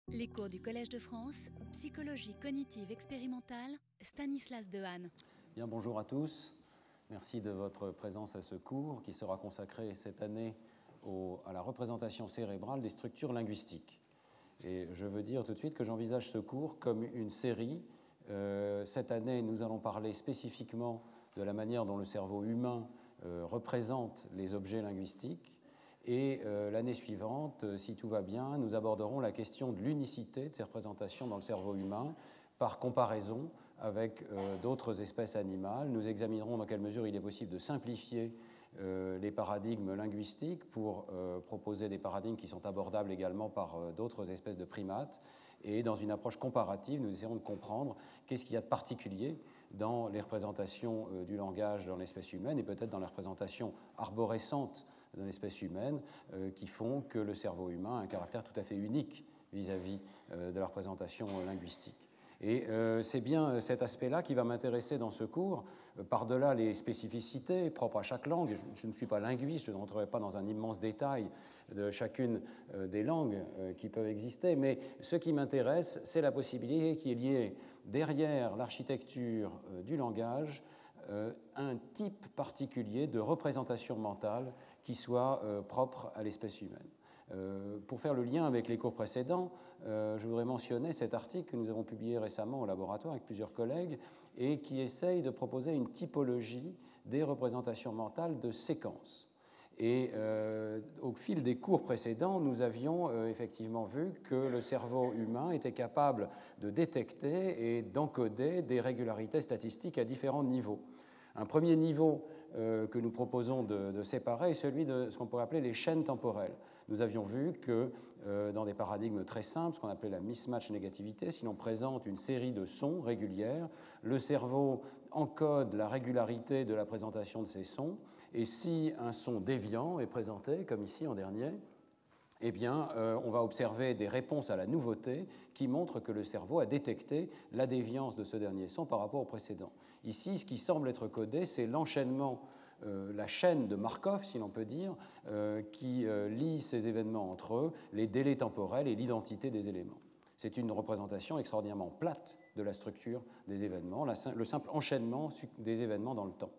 Les cours du Collège de France, psychologie cognitive expérimentale, Stanislas Dehaene. Bien, bonjour à tous. Merci de votre présence à ce cours qui sera consacré cette année à la représentation cérébrale des structures linguistiques. Et je veux dire tout de suite que j'envisage ce cours comme une série. Cette année, nous allons parler spécifiquement de la manière dont le cerveau humain représente les objets linguistiques. Et l'année suivante, si tout va bien, nous aborderons la question de l'unicité de ces représentations dans le cerveau humain par comparaison avec d'autres espèces animales. Nous examinerons dans quelle mesure il est possible de simplifier les paradigmes linguistiques pour proposer des paradigmes qui sont abordables également par d'autres espèces de primates. Et dans une approche comparative, nous essaierons de comprendre qu'est-ce qu'il y a de particulier dans les représentations du langage dans l'espèce humaine et peut-être dans les représentations arborescentes dans l'espèce humaine qui font que le cerveau humain a un caractère tout à fait unique vis-à-vis de la représentation linguistique. Et c'est bien cet aspect-là qui va m'intéresser dans ce cours, par-delà les spécificités propres à chaque langue. Je ne suis pas linguiste, je ne rentrerai pas dans un immense détail de chacune des langues qui peuvent exister, mais ce qui m'intéresse, c'est la possibilité qu'il y ait derrière l'architecture du langage un type particulier de représentation mentale qui soit propre à l'espèce humaine. Pour faire le lien avec les cours précédents, je voudrais mentionner cet article que nous avons publié récemment au laboratoire avec plusieurs collègues et qui essaye de proposer une typologie des représentations mentales de séquences. Et au fil des cours précédents, nous avions effectivement vu que le cerveau humain était capable de détecter et d'encoder des régularités statistiques à différents niveaux. Un premier niveau que nous proposons de séparer est celui de ce qu'on pourrait appeler les chaînes temporelles. Nous avions vu que dans des paradigmes très simples, ce qu'on appelait la mismatch négativité, si l'on présente une série de sons régulières, le cerveau encode la régularité de la présentation de ces sons, et si un son déviant est présenté, comme ici en dernier, eh bien, on va observer des réponses à la nouveauté qui montrent que le cerveau a détecté la déviance de ce dernier son par rapport au précédent. Ici, ce qui semble être codé, c'est l'enchaînement, la chaîne de Markov, si l'on peut dire, qui lie ces événements entre eux, les délais temporels et l'identité des éléments. C'est une représentation extraordinairement plate de la structure des événements, le simple enchaînement des événements dans le temps.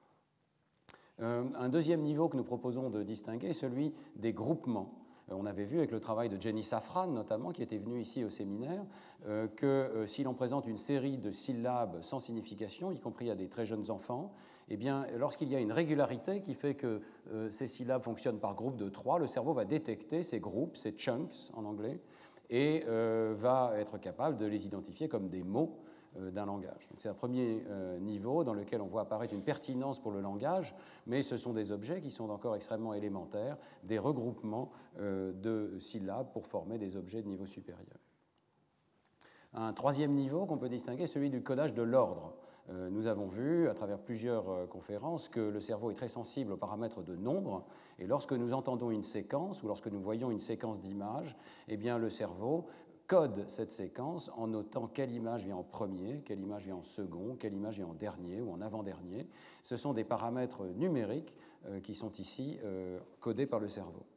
Un deuxième niveau que nous proposons de distinguer est celui des groupements. On avait vu avec le travail de Jenny Safran, notamment, qui était venue ici au séminaire, que si l'on présente une série de syllabes sans signification, y compris à des très jeunes enfants, eh bien, lorsqu'il y a une régularité qui fait que ces syllabes fonctionnent par groupe de 3, le cerveau va détecter ces groupes, ces chunks en anglais, et va être capable de les identifier comme des mots d'un langage. C'est un premier niveau dans lequel on voit apparaître une pertinence pour le langage, mais ce sont des objets qui sont encore extrêmement élémentaires, des regroupements de syllabes pour former des objets de niveau supérieur. Un troisième niveau qu'on peut distinguer est celui du codage de l'ordre. Nous avons vu à travers plusieurs conférences que le cerveau est très sensible aux paramètres de nombre, et lorsque nous entendons une séquence ou lorsque nous voyons une séquence d'images, eh bien le cerveau code cette séquence en notant quelle image vient en premier, quelle image vient en second, quelle image vient en dernier ou en avant-dernier. Ce sont des paramètres numériques qui sont ici codés par le cerveau.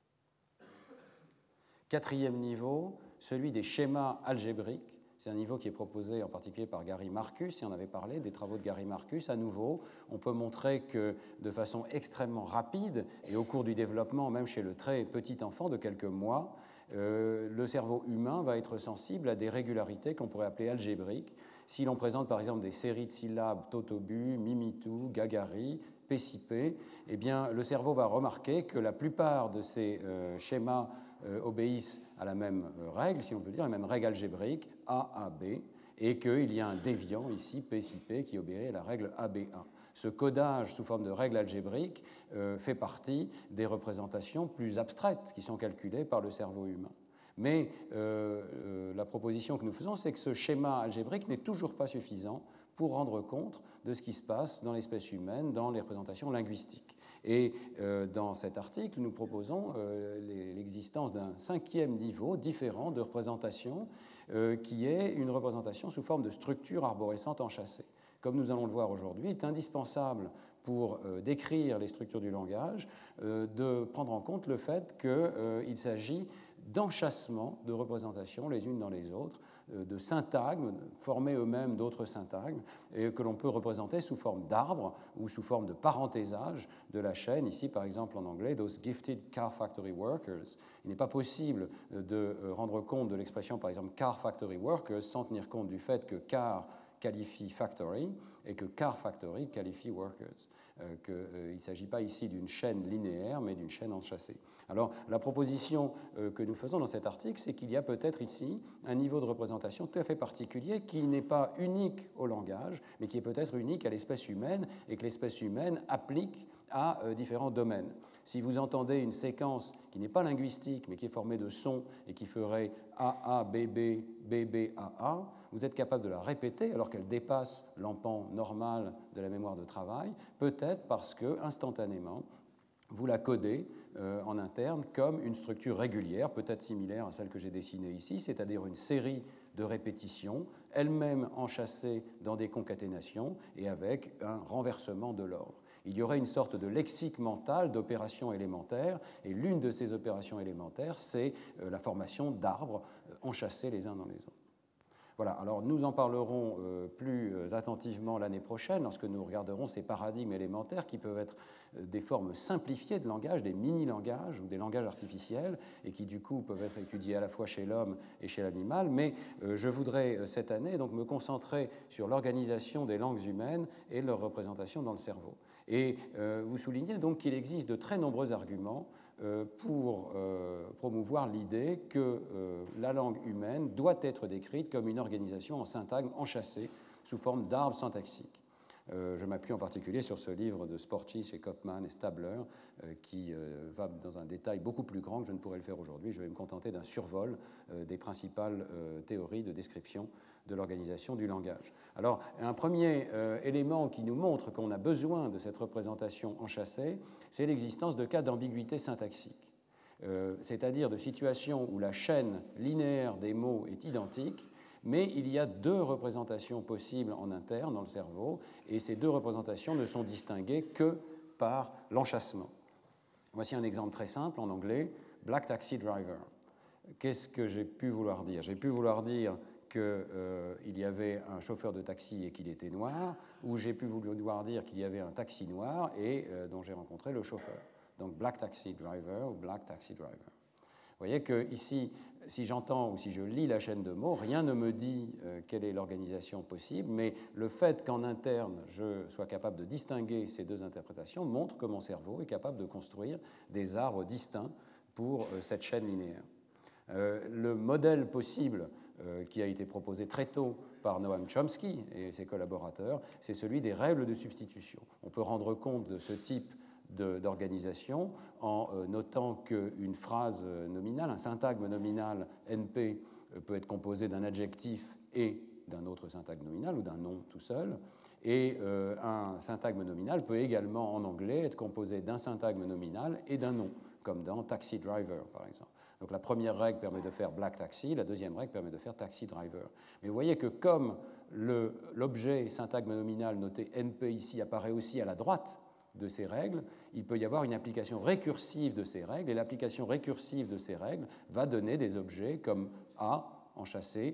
Quatrième niveau, celui des schémas algébriques. C'est un niveau qui est proposé en particulier par Gary Marcus, et on avait parlé des travaux de Gary Marcus. À nouveau, on peut montrer que de façon extrêmement rapide, et au cours du développement, même chez le très petit enfant de quelques mois, le cerveau humain va être sensible à des régularités qu'on pourrait appeler algébriques. Si l'on présente par exemple des séries de syllabes totobu, mimitou, gagari, pécipé, eh bien, le cerveau va remarquer que la plupart de ces schémas obéissent à la même règle, si on peut dire, la même règle algébrique, A, A, B, et qu'il y a un déviant ici, P, C, P, qui obéit à la règle ABA. Ce codage sous forme de règle algébrique fait partie des représentations plus abstraites qui sont calculées par le cerveau humain. Mais la proposition que nous faisons, c'est que ce schéma algébrique n'est toujours pas suffisant pour rendre compte de ce qui se passe dans l'espèce humaine, dans les représentations linguistiques. Et dans cet article, nous proposons l'existence d'un cinquième niveau différent de représentation, qui est une représentation sous forme de structure arborescente enchâssée. Comme nous allons le voir aujourd'hui, il est indispensable pour décrire les structures du langage de prendre en compte le fait qu'il s'agit d'enchâssements de représentations les unes dans les autres, de syntagmes, formés eux-mêmes d'autres syntagmes, et que l'on peut représenter sous forme d'arbres ou sous forme de parenthésage de la chaîne. Ici, par exemple, en anglais, those gifted car factory workers. Il n'est pas possible de rendre compte de l'expression, par exemple, car factory workers, sans tenir compte du fait que car qualifie factory et que car factory qualifie workers. Qu'il ne s'agit pas ici d'une chaîne linéaire, mais d'une chaîne enchâssée. Alors, la proposition que nous faisons dans cet article, c'est qu'il y a peut-être ici un niveau de représentation tout à fait particulier qui n'est pas unique au langage, mais qui est peut-être unique à l'espèce humaine et que l'espèce humaine applique à différents domaines. Si vous entendez une séquence qui n'est pas linguistique, mais qui est formée de sons et qui ferait AA, BB, BB, AA, vous êtes capable de la répéter alors qu'elle dépasse l'empan normal de la mémoire de travail, peut-être parce que, instantanément, vous la codez en interne comme une structure régulière, peut-être similaire à celle que j'ai dessinée ici, c'est-à-dire une série de répétitions, elles-mêmes enchâssées dans des concaténations et avec un renversement de l'ordre. Il y aurait une sorte de lexique mental d'opérations élémentaires, et l'une de ces opérations élémentaires, c'est la formation d'arbres enchâssés les uns dans les autres. Voilà, alors nous en parlerons plus attentivement l'année prochaine lorsque nous regarderons ces paradigmes élémentaires qui peuvent être des formes simplifiées de langage, des mini-langages ou des langages artificiels et qui du coup peuvent être étudiés à la fois chez l'homme et chez l'animal. Mais je voudrais cette année donc me concentrer sur l'organisation des langues humaines et leur représentation dans le cerveau. Et vous soulignez donc qu'il existe de très nombreux arguments pour promouvoir l'idée que la langue humaine doit être décrite comme une organisation en syntagme enchâssée sous forme d'arbres syntaxiques. Je m'appuie en particulier sur ce livre de Sporchi chez Kopman et Stabler qui va dans un détail beaucoup plus grand que je ne pourrais le faire aujourd'hui. Je vais me contenter d'un survol des principales théories de description de l'organisation du langage. Alors, un premier élément qui nous montre qu'on a besoin de cette représentation enchâssée, c'est l'existence de cas d'ambiguïté syntaxique, c'est-à-dire de situations où la chaîne linéaire des mots est identique, mais il y a deux représentations possibles en interne dans le cerveau, et ces deux représentations ne sont distinguées que par l'enchâssement. Voici un exemple très simple en anglais, Black Taxi Driver. Qu'est-ce que j'ai pu vouloir dire? J'ai pu vouloir dire qu'il y avait un chauffeur de taxi et qu'il était noir, ou j'ai pu vouloir dire qu'il y avait un taxi noir et dont j'ai rencontré le chauffeur. Donc Black Taxi Driver ou Black Taxi Driver. Vous voyez que ici, si j'entends ou si je lis la chaîne de mots, rien ne me dit quelle est l'organisation possible, mais le fait qu'en interne, je sois capable de distinguer ces deux interprétations montre que mon cerveau est capable de construire des arbres distincts pour cette chaîne linéaire. Le modèle possible qui a été proposé très tôt par Noam Chomsky et ses collaborateurs, c'est celui des règles de substitution. On peut rendre compte de ce type d'organisation en notant qu'une phrase nominale, un syntagme nominal NP peut être composé d'un adjectif et d'un autre syntagme nominal ou d'un nom tout seul. Et un syntagme nominal peut également, en anglais, être composé d'un syntagme nominal et d'un nom, comme dans taxi driver, par exemple. Donc la première règle permet de faire black taxi, la deuxième règle permet de faire taxi driver. Mais vous voyez que comme l'objet syntagme nominal noté NP ici apparaît aussi à la droite de ces règles, il peut y avoir une application récursive de ces règles, et l'application récursive de ces règles va donner des objets comme A enchâssé,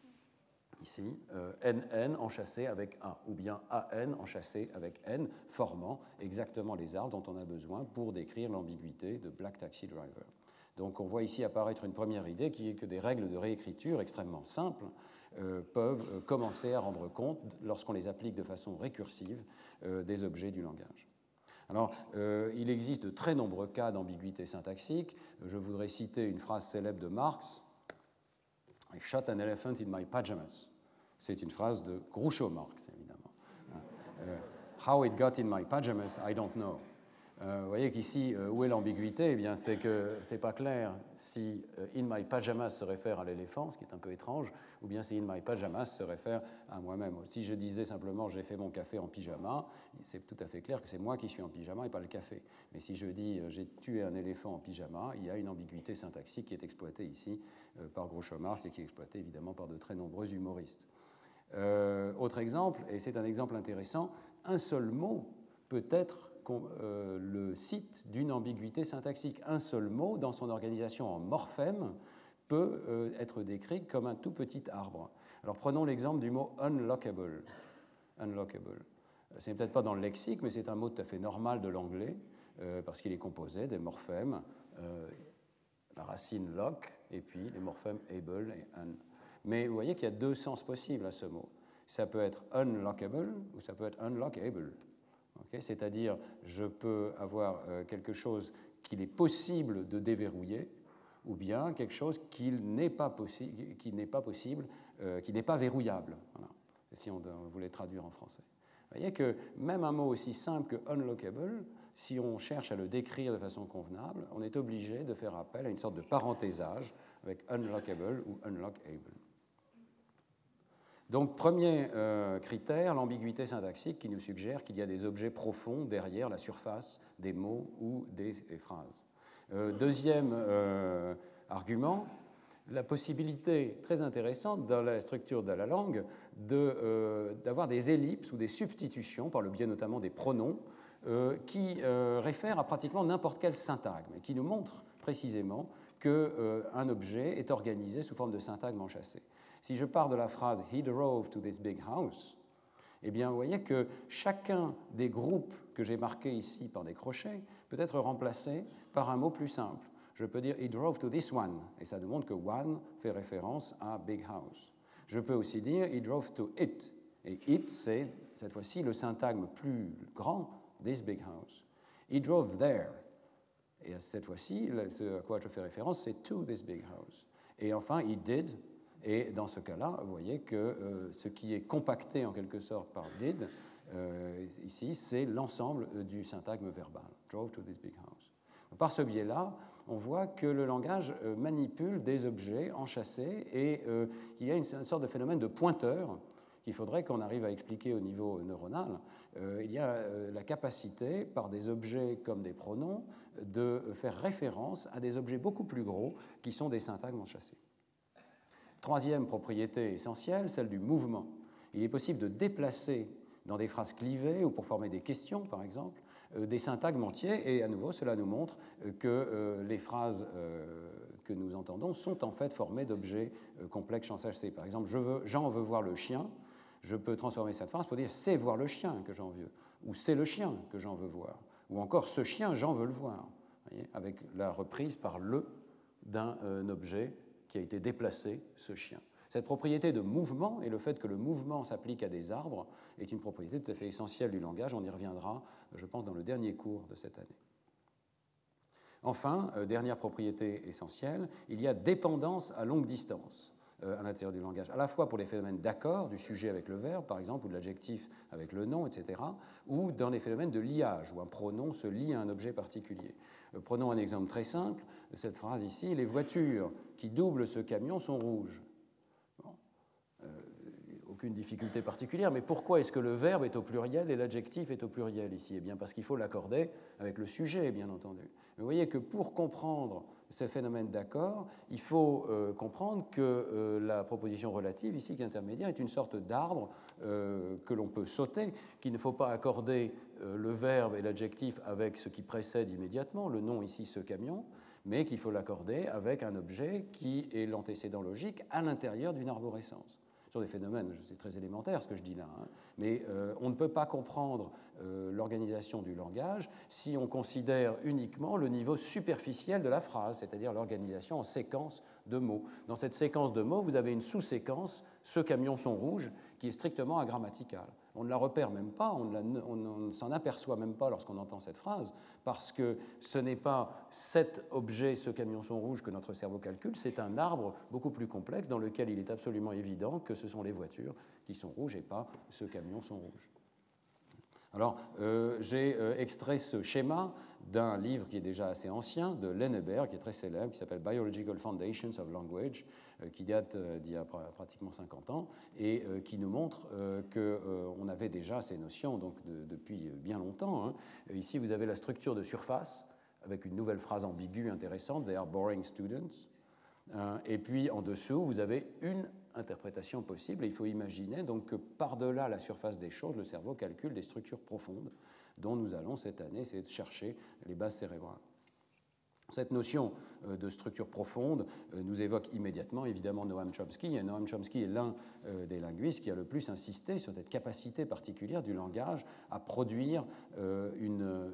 ici, NN enchâssé avec A, ou bien AN enchâssé avec N, formant exactement les arbres dont on a besoin pour décrire l'ambiguïté de Black Taxi Driver. Donc on voit ici apparaître une première idée qui est que des règles de réécriture extrêmement simples peuvent commencer à rendre compte, lorsqu'on les applique de façon récursive, des objets du langage. Alors, il existe de très nombreux cas d'ambiguïté syntaxique. Je voudrais citer une phrase célèbre de Marx, « I shot an elephant in my pajamas ». C'est une phrase de Groucho Marx, évidemment. « How it got in my pajamas, I don't know ». Vous voyez qu'ici, où est l'ambiguïté? Eh bien, c'est que c'est pas clair si in my pajamas se réfère à l'éléphant, ce qui est un peu étrange, ou bien si in my pajamas se réfère à moi-même. Si je disais simplement j'ai fait mon café en pyjama, c'est tout à fait clair que c'est moi qui suis en pyjama et pas le café. Mais si je dis j'ai tué un éléphant en pyjama, il y a une ambiguïté syntaxique qui est exploitée ici par Groucho Marx et qui est exploitée évidemment par de très nombreux humoristes. Autre exemple, et c'est un exemple intéressant, un seul mot peut être le site d'une ambiguïté syntaxique. Un seul mot, dans son organisation en morphème, peut être décrit comme un tout petit arbre. Alors prenons l'exemple du mot unlockable. Unlockable. Ce n'est peut-être pas dans le lexique, mais c'est un mot tout à fait normal de l'anglais, parce qu'il est composé des morphèmes, la racine lock, et puis les morphèmes able et un. Mais vous voyez qu'il y a deux sens possibles à ce mot. Ça peut être unlockable ou ça peut être unlockable. Okay, c'est-à-dire, je peux avoir quelque chose qu'il est possible de déverrouiller, ou bien quelque chose qui n'est pas possible, qui n'est pas verrouillable. Voilà, si on voulait traduire en français. Vous voyez que même un mot aussi simple que unlockable, si on cherche à le décrire de façon convenable, on est obligé de faire appel à une sorte de parenthésage avec unlockable ou unlockable. Donc, premier critère, l'ambiguïté syntaxique qui nous suggère qu'il y a des objets profonds derrière la surface des mots ou des phrases. Deuxième argument, la possibilité très intéressante dans la structure de la langue d'avoir des ellipses ou des substitutions, par le biais notamment des pronoms, qui réfèrent à pratiquement n'importe quel syntagme et qui nous montrent précisément qu'un objet est organisé sous forme de syntagme enchâssé. Si je pars de la phrase « He drove to this big house », eh bien, vous voyez que chacun des groupes que j'ai marqués ici par des crochets peut être remplacé par un mot plus simple. Je peux dire « He drove to this one », et ça nous montre que « one » fait référence à « big house ». Je peux aussi dire « He drove to it », et « it », c'est cette fois-ci le syntagme plus grand, « this big house ». « He drove there », et cette fois-ci, ce à quoi je fais référence, c'est « to this big house ». Et enfin, « he did », et dans ce cas-là, vous voyez que ce qui est compacté en quelque sorte par did, ici, c'est l'ensemble du syntagme verbal, drove to this big house. Par ce biais-là, on voit que le langage manipule des objets enchâssés et qu'il y a une sorte de phénomène de pointeur qu'il faudrait qu'on arrive à expliquer au niveau neuronal. Il y a la capacité, par des objets comme des pronoms, de faire référence à des objets beaucoup plus gros qui sont des syntagmes enchâssés. Troisième propriété essentielle, celle du mouvement. Il est possible de déplacer dans des phrases clivées ou pour former des questions, par exemple, des syntagmes entiers, et à nouveau, cela nous montre que les phrases que nous entendons sont en fait formées d'objets complexes enchâssés. Par exemple, Jean veut voir le chien, je peux transformer cette phrase pour dire « c'est voir le chien que Jean veut » ou « c'est le chien que Jean veut voir » ou encore « ce chien, Jean veut le voir », avec la reprise par « le » d'un objet qui a été déplacé, ce chien. Cette propriété de mouvement et le fait que le mouvement s'applique à des arbres est une propriété tout à fait essentielle du langage. On y reviendra, je pense, dans le dernier cours de cette année. Enfin, dernière propriété essentielle, il y a dépendance à longue distance à l'intérieur du langage, à la fois pour les phénomènes d'accord du sujet avec le verbe, par exemple, ou de l'adjectif avec le nom, etc., ou dans les phénomènes de liage, où un pronom se lie à un objet particulier. Prenons un exemple très simple, cette phrase ici, « Les voitures qui doublent ce camion sont rouges ». Aucune difficulté particulière, mais pourquoi est-ce que le verbe est au pluriel et l'adjectif est au pluriel ici ? Eh bien parce qu'il faut l'accorder avec le sujet, bien entendu. Mais vous voyez que pour comprendre ces phénomènes d'accord, il faut comprendre que la proposition relative, ici, qui est intermédiaire, est une sorte d'arbre que l'on peut sauter, qu'il ne faut pas accorder le verbe et l'adjectif avec ce qui précède immédiatement, le nom ici, ce camion, mais qu'il faut l'accorder avec un objet qui est l'antécédent logique à l'intérieur d'une arborescence. Sur des phénomènes, c'est très élémentaire ce que je dis là, hein, mais on ne peut pas comprendre l'organisation du langage si on considère uniquement le niveau superficiel de la phrase, c'est-à-dire l'organisation en séquence de mots. Dans cette séquence de mots, vous avez une sous-séquence, ce camion sont rouges, qui est strictement agrammaticale. On ne la repère même pas, on ne s'en aperçoit même pas lorsqu'on entend cette phrase, parce que ce n'est pas cet objet, ce camion sont rouges, que notre cerveau calcule, c'est un arbre beaucoup plus complexe dans lequel il est absolument évident que ce sont les voitures qui sont rouges et pas ce camion sont rouges. Alors, j'ai extrait ce schéma d'un livre qui est déjà assez ancien, de Lenneberg, qui est très célèbre, qui s'appelle Biological Foundations of Language, qui date d'il y a pratiquement 50 ans, et qui nous montre qu'on avait déjà ces notions donc, depuis bien longtemps. Hein. Ici, vous avez la structure de surface, avec une nouvelle phrase ambiguë intéressante, « They are boring students ». Et puis, en dessous, vous avez une interprétation possible. Et il faut imaginer donc que par-delà la surface des choses, le cerveau calcule des structures profondes dont nous allons cette année essayer de chercher les bases cérébrales. Cette notion de structure profonde nous évoque immédiatement évidemment Noam Chomsky. Et Noam Chomsky est l'un des linguistes qui a le plus insisté sur cette capacité particulière du langage à produire une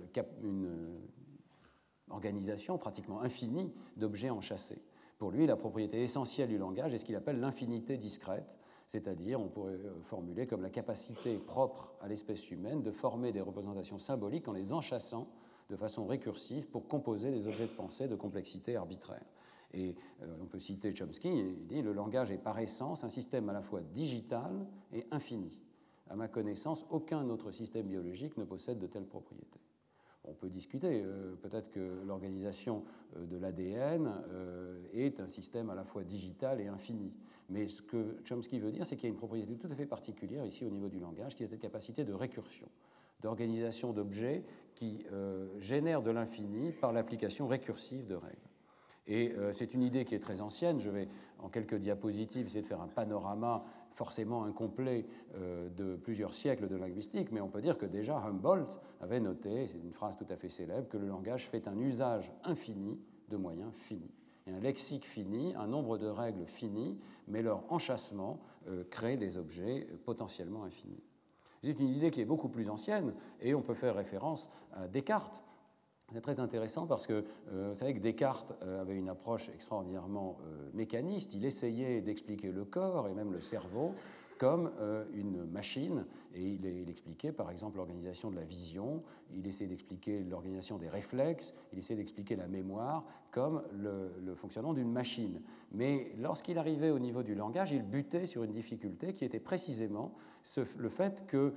organisation pratiquement infinie d'objets enchâssés. Pour lui, la propriété essentielle du langage est ce qu'il appelle l'infinité discrète, c'est-à-dire, on pourrait formuler comme la capacité propre à l'espèce humaine de former des représentations symboliques en les enchâssant de façon récursive pour composer des objets de pensée de complexité arbitraire. Et on peut citer Chomsky, il dit « Le langage est par essence un système à la fois digital et infini. À ma connaissance, aucun autre système biologique ne possède de telles propriétés. » On peut discuter, peut-être que l'organisation de l'ADN est un système à la fois digital et infini. Mais ce que Chomsky veut dire, c'est qu'il y a une propriété tout à fait particulière ici au niveau du langage, qui est cette capacité de récursion, d'organisation d'objets qui génère de l'infini par l'application récursive de règles. Et c'est une idée qui est très ancienne. Je vais, en quelques diapositives, essayer de faire un panorama forcément incomplet de plusieurs siècles de linguistique, mais on peut dire que déjà Humboldt avait noté, c'est une phrase tout à fait célèbre, que le langage fait un usage infini de moyens finis. Il y a un lexique fini, un nombre de règles finies, mais leur enchâssement crée des objets potentiellement infinis. C'est une idée qui est beaucoup plus ancienne, et on peut faire référence à Descartes. C'est très intéressant parce que vous savez que Descartes avait une approche extraordinairement mécaniste. Il essayait d'expliquer le corps et même le cerveau comme une machine, et il expliquait par exemple l'organisation de la vision, il essayait d'expliquer l'organisation des réflexes, il essayait d'expliquer la mémoire comme le fonctionnement d'une machine. Mais lorsqu'il arrivait au niveau du langage, il butait sur une difficulté qui était précisément le fait que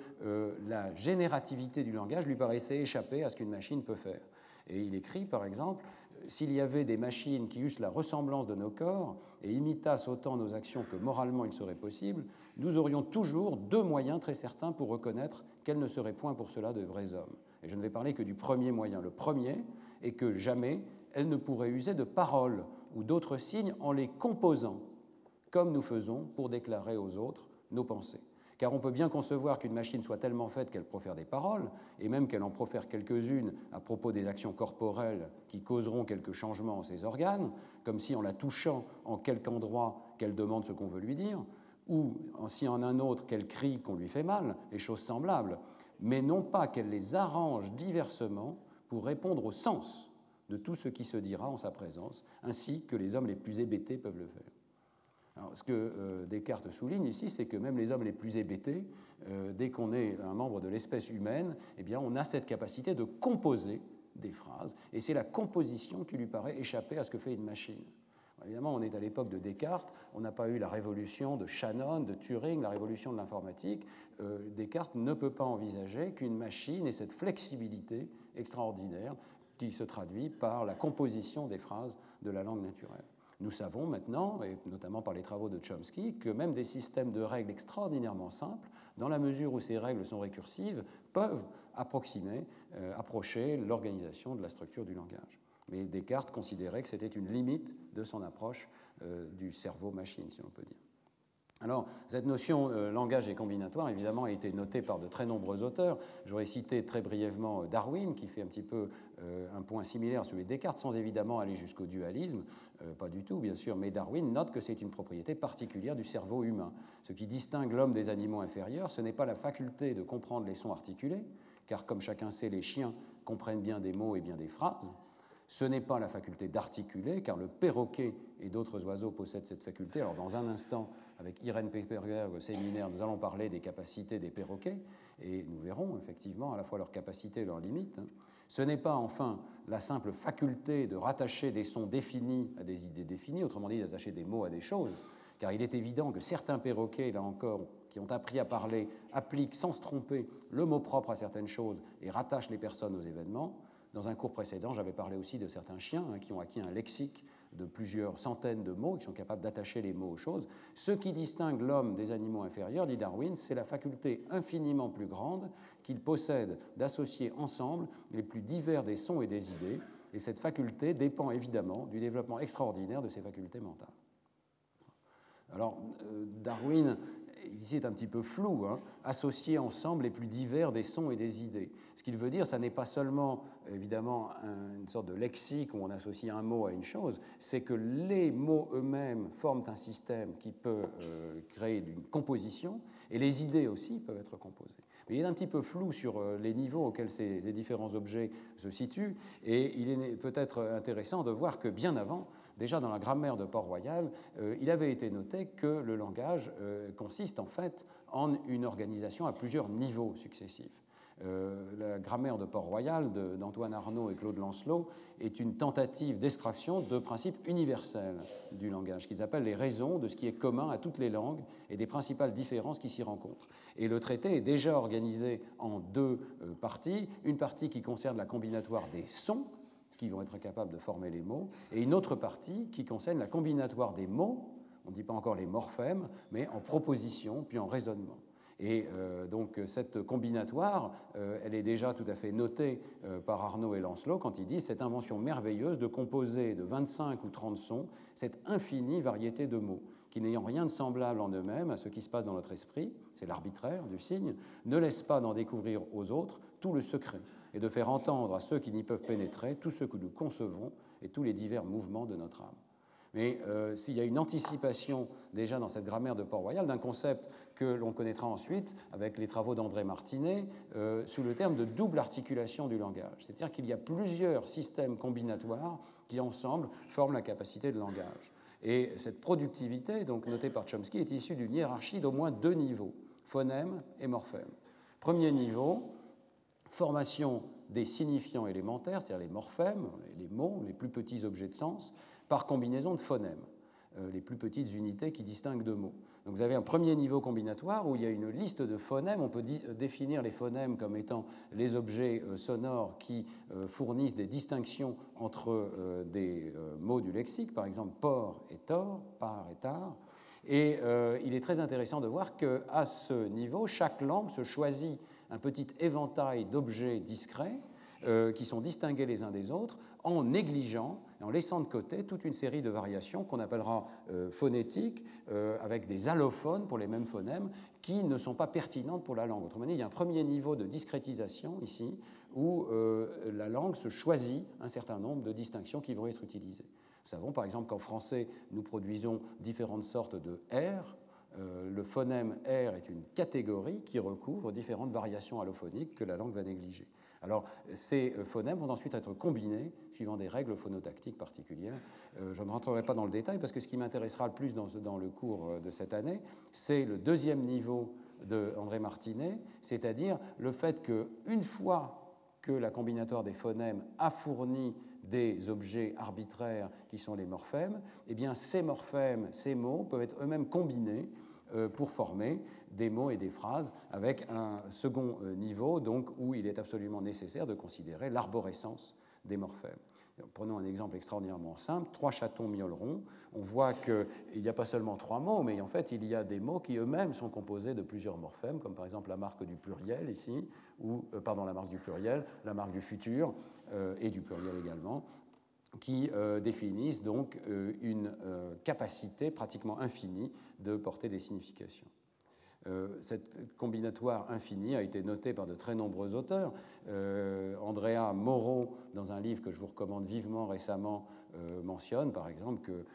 la générativité du langage lui paraissait échapper à ce qu'une machine peut faire. Et il écrit, par exemple, « S'il y avait des machines qui eussent la ressemblance de nos corps et imitassent autant nos actions que moralement il serait possible, nous aurions toujours deux moyens très certains pour reconnaître qu'elles ne seraient point pour cela de vrais hommes. Et je ne vais parler que du premier moyen. Le premier est que jamais elles ne pourraient user de paroles ou d'autres signes en les composant, comme nous faisons pour déclarer aux autres nos pensées. Car on peut bien concevoir qu'une machine soit tellement faite qu'elle profère des paroles, et même qu'elle en profère quelques-unes à propos des actions corporelles qui causeront quelques changements en ses organes, comme si en la touchant en quelque endroit qu'elle demande ce qu'on veut lui dire, ou si en un autre qu'elle crie qu'on lui fait mal, et choses semblables, mais non pas qu'elle les arrange diversement pour répondre au sens de tout ce qui se dira en sa présence, ainsi que les hommes les plus hébétés peuvent le faire. Alors, ce que Descartes souligne ici, c'est que même les hommes les plus hébétés, dès qu'on est un membre de l'espèce humaine, eh bien, on a cette capacité de composer des phrases, et c'est la composition qui lui paraît échapper à ce que fait une machine. Évidemment, on est à l'époque de Descartes, on n'a pas eu la révolution de Shannon, de Turing, la révolution de l'informatique. Descartes ne peut pas envisager qu'une machine ait cette flexibilité extraordinaire qui se traduit par la composition des phrases de la langue naturelle. Nous savons maintenant, et notamment par les travaux de Chomsky, que même des systèmes de règles extraordinairement simples, dans la mesure où ces règles sont récursives, peuvent approcher l'organisation de la structure du langage. Mais Descartes considérait que c'était une limite de son approche du cerveau-machine, si l'on peut dire. Alors, cette notion langage et combinatoire, évidemment, a été notée par de très nombreux auteurs. J'aurais cité très brièvement Darwin, qui fait un petit peu un point similaire à celui de Descartes, sans évidemment aller jusqu'au dualisme, pas du tout, bien sûr, mais Darwin note que c'est une propriété particulière du cerveau humain. Ce qui distingue l'homme des animaux inférieurs, ce n'est pas la faculté de comprendre les sons articulés, car comme chacun sait, les chiens comprennent bien des mots et bien des phrases. Ce n'est pas la faculté d'articuler, car le perroquet et d'autres oiseaux possèdent cette faculté. Alors, dans un instant, avec Irène Pepperberg au séminaire, nous allons parler des capacités des perroquets, et nous verrons effectivement à la fois leurs capacités et leurs limites. Ce n'est pas, enfin, la simple faculté de rattacher des sons définis à des idées définies, autrement dit, d'attacher des mots à des choses, car il est évident que certains perroquets, là encore, qui ont appris à parler, appliquent sans se tromper le mot propre à certaines choses et rattachent les personnes aux événements. Dans un cours précédent, j'avais parlé aussi de certains chiens qui ont acquis un lexique de plusieurs centaines de mots, qui sont capables d'attacher les mots aux choses. Ce qui distingue l'homme des animaux inférieurs, dit Darwin, c'est la faculté infiniment plus grande qu'il possède d'associer ensemble les plus divers des sons et des idées, et cette faculté dépend évidemment du développement extraordinaire de ses facultés mentales. Alors, Darwin, ici est un petit peu flou, hein, associer ensemble les plus divers des sons et des idées. Ce qu'il veut dire, ça n'est pas seulement, évidemment, une sorte de lexique où on associe un mot à une chose, c'est que les mots eux-mêmes forment un système qui peut créer une composition, et les idées aussi peuvent être composées. Mais il est un petit peu flou sur les niveaux auxquels ces différents objets se situent, et il est peut-être intéressant de voir que bien avant, déjà dans la grammaire de Port-Royal, il avait été noté que le langage consiste en fait en une organisation à plusieurs niveaux successifs. La grammaire de Port-Royal d'Antoine Arnaud et Claude Lancelot est une tentative d'extraction de principes universels du langage, qu'ils appellent les raisons de ce qui est commun à toutes les langues et des principales différences qui s'y rencontrent. Et le traité est déjà organisé en deux parties, une partie qui concerne la combinatoire des sons, qui vont être capables de former les mots, et une autre partie qui concerne la combinatoire des mots, on ne dit pas encore les morphèmes, mais en proposition puis en raisonnement. Et donc cette combinatoire, elle est déjà tout à fait notée par Arnaud et Lancelot quand ils disent cette invention merveilleuse de composer de 25 ou 30 sons cette infinie variété de mots, qui n'ayant rien de semblable en eux-mêmes à ce qui se passe dans notre esprit, c'est l'arbitraire du signe, ne laisse pas d'en découvrir aux autres tout le secret, et de faire entendre à ceux qui n'y peuvent pénétrer tout ce que nous concevons et tous les divers mouvements de notre âme. Mais s'il y a une anticipation déjà dans cette grammaire de Port-Royal d'un concept que l'on connaîtra ensuite avec les travaux d'André Martinet sous le terme de double articulation du langage. C'est-à-dire qu'il y a plusieurs systèmes combinatoires qui ensemble forment la capacité de langage. Et cette productivité, donc notée par Chomsky, est issue d'une hiérarchie d'au moins deux niveaux, phonème et morphème. Premier niveau, formation des signifiants élémentaires, c'est-à-dire les morphèmes, les mots, les plus petits objets de sens, par combinaison de phonèmes, les plus petites unités qui distinguent deux mots. Donc vous avez un premier niveau combinatoire où il y a une liste de phonèmes. On peut définir les phonèmes comme étant les objets sonores qui fournissent des distinctions entre des mots du lexique, par exemple port et tort, par et tard. Et il est très intéressant de voir qu'à ce niveau, chaque langue se choisit un petit éventail d'objets discrets qui sont distingués les uns des autres en négligeant et en laissant de côté toute une série de variations qu'on appellera phonétiques, avec des allophones pour les mêmes phonèmes qui ne sont pas pertinentes pour la langue. Autrement dit, il y a un premier niveau de discrétisation ici où la langue se choisit un certain nombre de distinctions qui vont être utilisées. Nous savons par exemple qu'en français, nous produisons différentes sortes de R. Le phonème R est une catégorie qui recouvre différentes variations allophoniques que la langue va négliger. Alors, ces phonèmes vont ensuite être combinés suivant des règles phonotactiques particulières. Je ne rentrerai pas dans le détail parce que ce qui m'intéressera le plus dans le cours de cette année, c'est le deuxième niveau de André Martinet, c'est-à-dire le fait qu'une fois que la combinatoire des phonèmes a fourni des objets arbitraires qui sont les morphèmes, eh bien ces morphèmes, ces mots peuvent être eux-mêmes combinés pour former des mots et des phrases avec un second niveau donc, où il est absolument nécessaire de considérer l'arborescence des morphèmes. Prenons un exemple extraordinairement simple, 3 chatons miauleront. On voit qu'il n'y a pas seulement 3 mots, mais en fait il y a des mots qui eux-mêmes sont composés de plusieurs morphèmes, comme par exemple la marque du pluriel ici, ou la marque du pluriel, la marque du futur et du pluriel également, qui définissent donc une capacité pratiquement infinie de porter des significations. Cette combinatoire infinie a été notée par de très nombreux auteurs. Andrea Moro, dans un livre que je vous recommande vivement récemment, mentionne par exemple que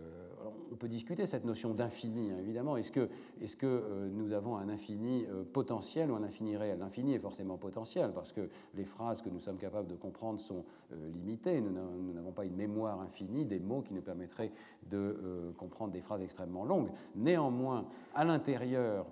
on peut discuter cette notion d'infini, hein, évidemment. Est-ce que nous avons un infini potentiel ou un infini réel? L'infini est forcément potentiel parce que les phrases que nous sommes capables de comprendre sont limitées. Nous n'avons pas une mémoire infinie des mots qui nous permettraient de comprendre des phrases extrêmement longues. Néanmoins, à l'intérieur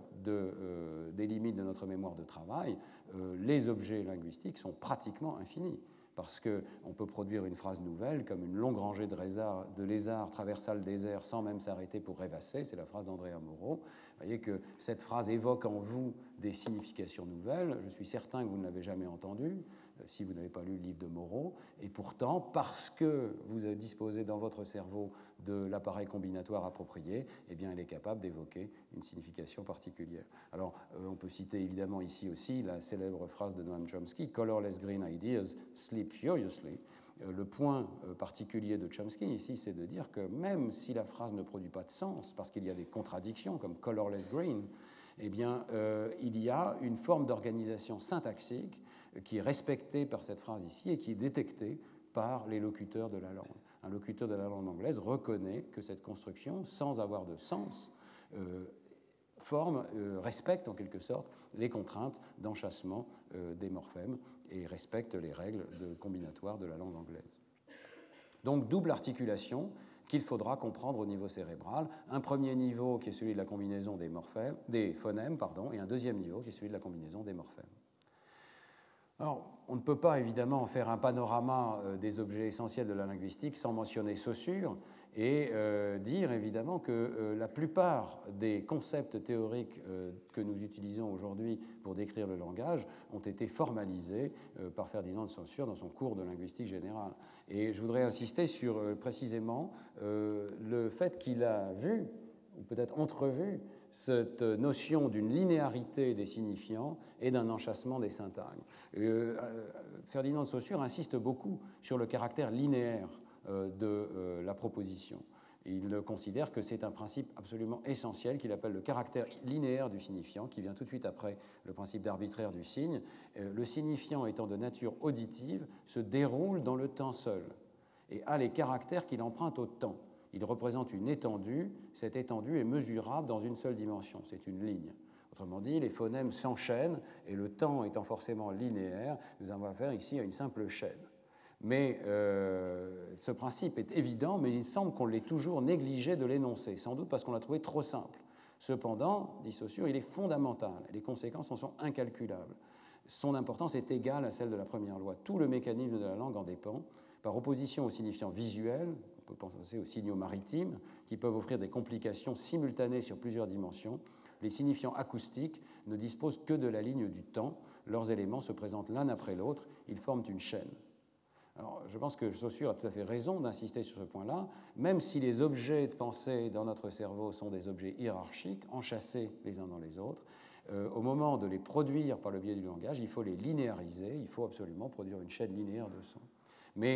des limites de notre mémoire de travail, les objets linguistiques sont pratiquement infinis. Parce qu'on peut produire une phrase nouvelle comme une longue rangée de lézards traversant le désert sans même s'arrêter pour rêvasser, c'est la phrase d'Andrea Moro. Vous voyez que cette phrase évoque en vous des significations nouvelles. Je suis certain que vous ne l'avez jamais entendue, si vous n'avez pas lu le livre de Moro. Et pourtant, parce que vous disposez dans votre cerveau de l'appareil combinatoire approprié, eh bien, elle est capable d'évoquer une signification particulière. Alors, on peut citer évidemment ici aussi la célèbre phrase de Noam Chomsky, « Colorless green ideas sleep furiously ». Le point particulier de Chomsky ici, c'est de dire que même si la phrase ne produit pas de sens, parce qu'il y a des contradictions comme colorless green, eh bien, il y a une forme d'organisation syntaxique qui est respectée par cette phrase ici et qui est détectée par les locuteurs de la langue. Un locuteur de la langue anglaise reconnaît que cette construction, sans avoir de sens, respecte en quelque sorte les contraintes d'enchâssement des morphèmes et respecte les règles combinatoires de la langue anglaise. Donc double articulation qu'il faudra comprendre au niveau cérébral. Un premier niveau qui est celui de la combinaison des phonèmes, et un deuxième niveau qui est celui de la combinaison des morphèmes. Alors, on ne peut pas évidemment faire un panorama des objets essentiels de la linguistique sans mentionner Saussure et dire évidemment que la plupart des concepts théoriques que nous utilisons aujourd'hui pour décrire le langage ont été formalisés par Ferdinand de Saussure dans son cours de linguistique générale. Et je voudrais insister sur précisément le fait qu'il a vu, ou peut-être entrevu, cette notion d'une linéarité des signifiants et d'un enchâssement des syntagmes. Ferdinand de Saussure insiste beaucoup sur le caractère linéaire de la proposition. Il considère que c'est un principe absolument essentiel qu'il appelle le caractère linéaire du signifiant, qui vient tout de suite après le principe d'arbitraire du signe. Le signifiant étant de nature auditive se déroule dans le temps seul et a les caractères qu'il emprunte au temps. Il représente une étendue, cette étendue est mesurable dans une seule dimension, c'est une ligne. Autrement dit, les phonèmes s'enchaînent et le temps étant forcément linéaire, nous avons affaire ici à une simple chaîne. Mais ce principe est évident, mais il semble qu'on l'ait toujours négligé de l'énoncer, sans doute parce qu'on l'a trouvé trop simple. Cependant, dit Saussure, il est fondamental, et les conséquences en sont incalculables. Son importance est égale à celle de la première loi. Tout le mécanisme de la langue en dépend, par opposition aux signifiants visuels. On peut penser aux signaux maritimes, qui peuvent offrir des complications simultanées sur plusieurs dimensions. Les signifiants acoustiques ne disposent que de la ligne du temps. Leurs éléments se présentent l'un après l'autre. Ils forment une chaîne. Alors, je pense que Saussure a tout à fait raison d'insister sur ce point-là. Même si les objets de pensée dans notre cerveau sont des objets hiérarchiques, enchâssés les uns dans les autres, au moment de les produire par le biais du langage, il faut les linéariser. Il faut absolument produire une chaîne linéaire de son. Mais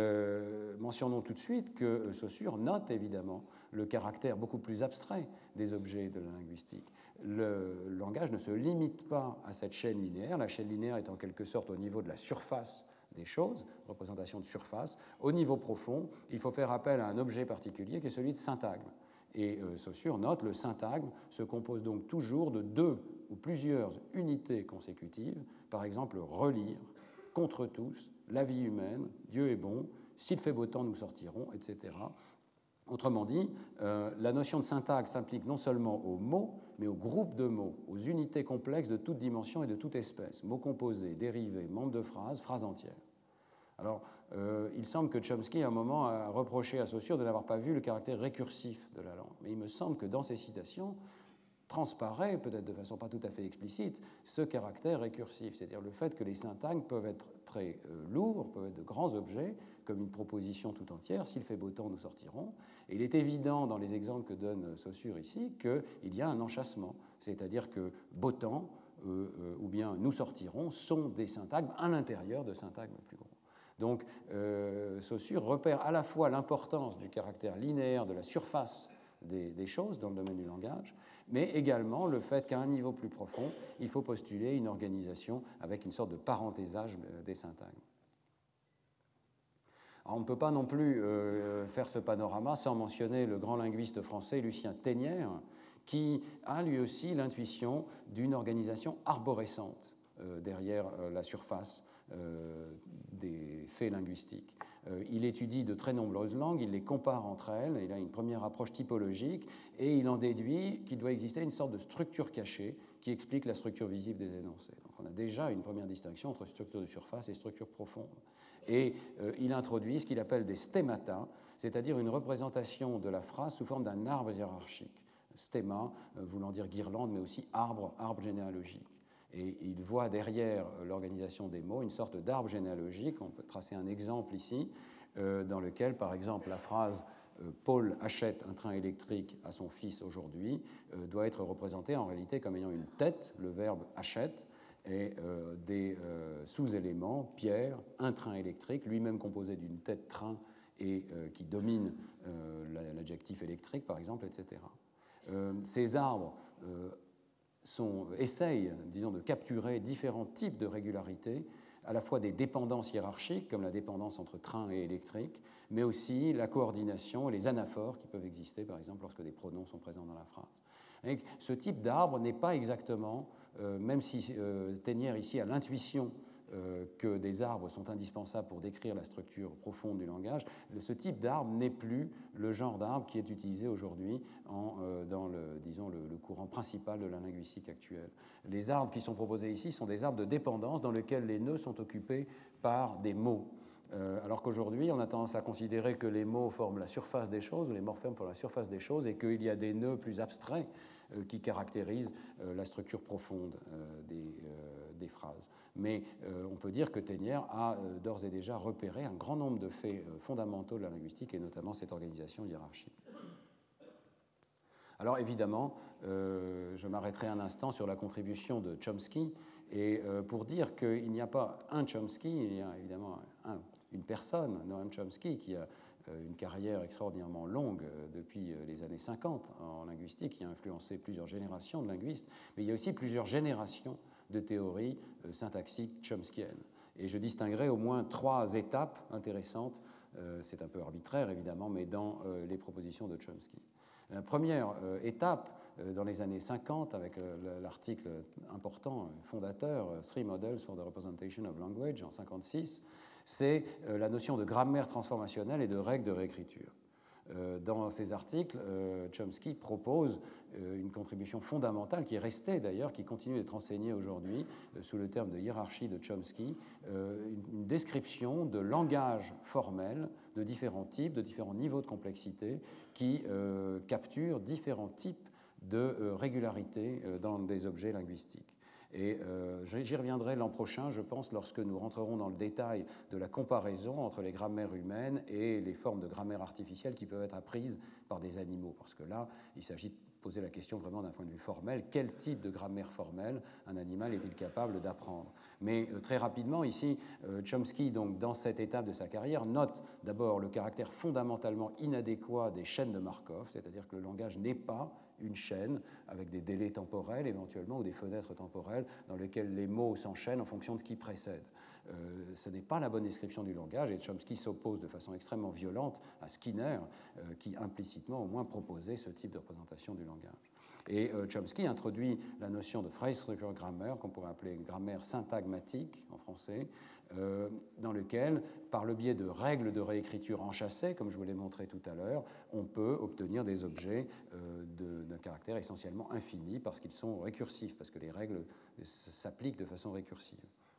mentionnons tout de suite que Saussure note évidemment le caractère beaucoup plus abstrait des objets de la linguistique. Le langage ne se limite pas à cette chaîne linéaire. La chaîne linéaire est en quelque sorte au niveau de la surface des choses, représentation de surface. Au niveau profond, il faut faire appel à un objet particulier qui est celui de syntagme. Et Saussure note le syntagme se compose donc toujours de deux ou plusieurs unités consécutives, par exemple relire, contre tous, la vie humaine, Dieu est bon, s'il fait beau temps, nous sortirons, etc. Autrement dit, la notion de syntaxe s'implique non seulement aux mots, mais aux groupes de mots, aux unités complexes de toute dimension et de toute espèce, mots composés, dérivés, membres de phrases, phrases entières. Alors, il semble que Chomsky, à un moment, a reproché à Saussure de n'avoir pas vu le caractère récursif de la langue. Mais il me semble que dans ces citations, transparaît, peut-être de façon pas tout à fait explicite, ce caractère récursif, c'est-à-dire le fait que les syntagmes peuvent être très lourds, peuvent être de grands objets, comme une proposition tout entière, s'il fait beau temps, nous sortirons. Et il est évident dans les exemples que donne Saussure ici qu'il y a un enchâssement, c'est-à-dire que beau temps ou bien nous sortirons sont des syntagmes à l'intérieur de syntagmes plus gros. Donc Saussure repère à la fois l'importance du caractère linéaire de la surface des choses dans le domaine du langage, mais également le fait qu'à un niveau plus profond, il faut postuler une organisation avec une sorte de parenthésage des syntagmes. Alors, on ne peut pas non plus faire ce panorama sans mentionner le grand linguiste français Lucien Ténière, qui a lui aussi l'intuition d'une organisation arborescente derrière la surface des faits linguistiques. Il étudie de très nombreuses langues, il les compare entre elles, il a une première approche typologique et il en déduit qu'il doit exister une sorte de structure cachée qui explique la structure visible des énoncés. Donc on a déjà une première distinction entre structure de surface et structure profonde. Et il introduit ce qu'il appelle des stémata, c'est-à-dire une représentation de la phrase sous forme d'un arbre hiérarchique. Stéma voulant dire guirlande, mais aussi arbre généalogique. Et il voit derrière l'organisation des mots une sorte d'arbre généalogique. On peut tracer un exemple ici, dans lequel, par exemple, la phrase « Paul achète un train électrique à son fils aujourd'hui » doit être représentée en réalité comme ayant une tête, le verbe « achète », et des sous-éléments, pierre, un train électrique, lui-même composé d'une tête train et qui domine l'adjectif électrique, par exemple, etc. Ces arbres essayent, disons, de capturer différents types de régularités, à la fois des dépendances hiérarchiques, comme la dépendance entre train et électrique, mais aussi la coordination et les anaphores qui peuvent exister, par exemple, lorsque des pronoms sont présents dans la phrase. Et ce type d'arbre n'est pas exactement, même si Ténière ici a l'intuition que des arbres sont indispensables pour décrire la structure profonde du langage, ce type d'arbre n'est plus le genre d'arbre qui est utilisé aujourd'hui dans le courant principal de la linguistique actuelle. Les arbres qui sont proposés ici sont des arbres de dépendance dans lesquels les nœuds sont occupés par des mots. Alors qu'aujourd'hui, on a tendance à considérer que les mots forment la surface des choses, ou les morphèmes forment la surface des choses, et qu'il y a des nœuds plus abstraits qui caractérisent la structure profonde des phrases. Mais on peut dire que Ténière a d'ores et déjà repéré un grand nombre de faits fondamentaux de la linguistique, et notamment cette organisation hiérarchique. Alors évidemment, je m'arrêterai un instant sur la contribution de Chomsky, et pour dire qu'il n'y a pas un Chomsky, il y a évidemment une personne, Noam Chomsky, qui a une carrière extraordinairement longue depuis les années 50 en linguistique, qui a influencé plusieurs générations de linguistes, mais il y a aussi plusieurs générations de théories syntaxiques chomskiennes. Et je distinguerai au moins 3 étapes intéressantes, c'est un peu arbitraire évidemment, mais dans les propositions de Chomsky. La première étape, dans les années 50, avec l'article important, fondateur, Three Models for the Representation of Language, en 1956, c'est la notion de grammaire transformationnelle et de règles de réécriture. Dans ces articles, Chomsky propose une contribution fondamentale qui est restée d'ailleurs, qui continue d'être enseignée aujourd'hui sous le terme de hiérarchie de Chomsky, une description de langage formel de différents types, de différents niveaux de complexité qui capturent différents types de régularités dans des objets linguistiques. Et j'y reviendrai l'an prochain, je pense, lorsque nous rentrerons dans le détail de la comparaison entre les grammaires humaines et les formes de grammaire artificielle qui peuvent être apprises par des animaux. Parce que là, il s'agit de poser la question vraiment d'un point de vue formel. Quel type de grammaire formelle un animal est-il capable d'apprendre? Mais très rapidement, ici, Chomsky, donc, dans cette étape de sa carrière, note d'abord le caractère fondamentalement inadéquat des chaînes de Markov, c'est-à-dire que le langage n'est pas une chaîne avec des délais temporels éventuellement ou des fenêtres temporelles dans lesquelles les mots s'enchaînent en fonction de ce qui précède. Ce n'est pas la bonne description du langage, et Chomsky s'oppose de façon extrêmement violente à Skinner, qui implicitement au moins proposait ce type de représentation du langage. Et Chomsky introduit la notion de phrase structure grammar, qu'on pourrait appeler grammaire syntagmatique en français, dans lequel, par le biais de règles de réécriture enchâssées, comme je vous l'ai montré tout à l'heure, on peut obtenir des objets d'un caractère essentiellement infini parce qu'ils sont récursifs, parce que les règles s'appliquent de façon récursive.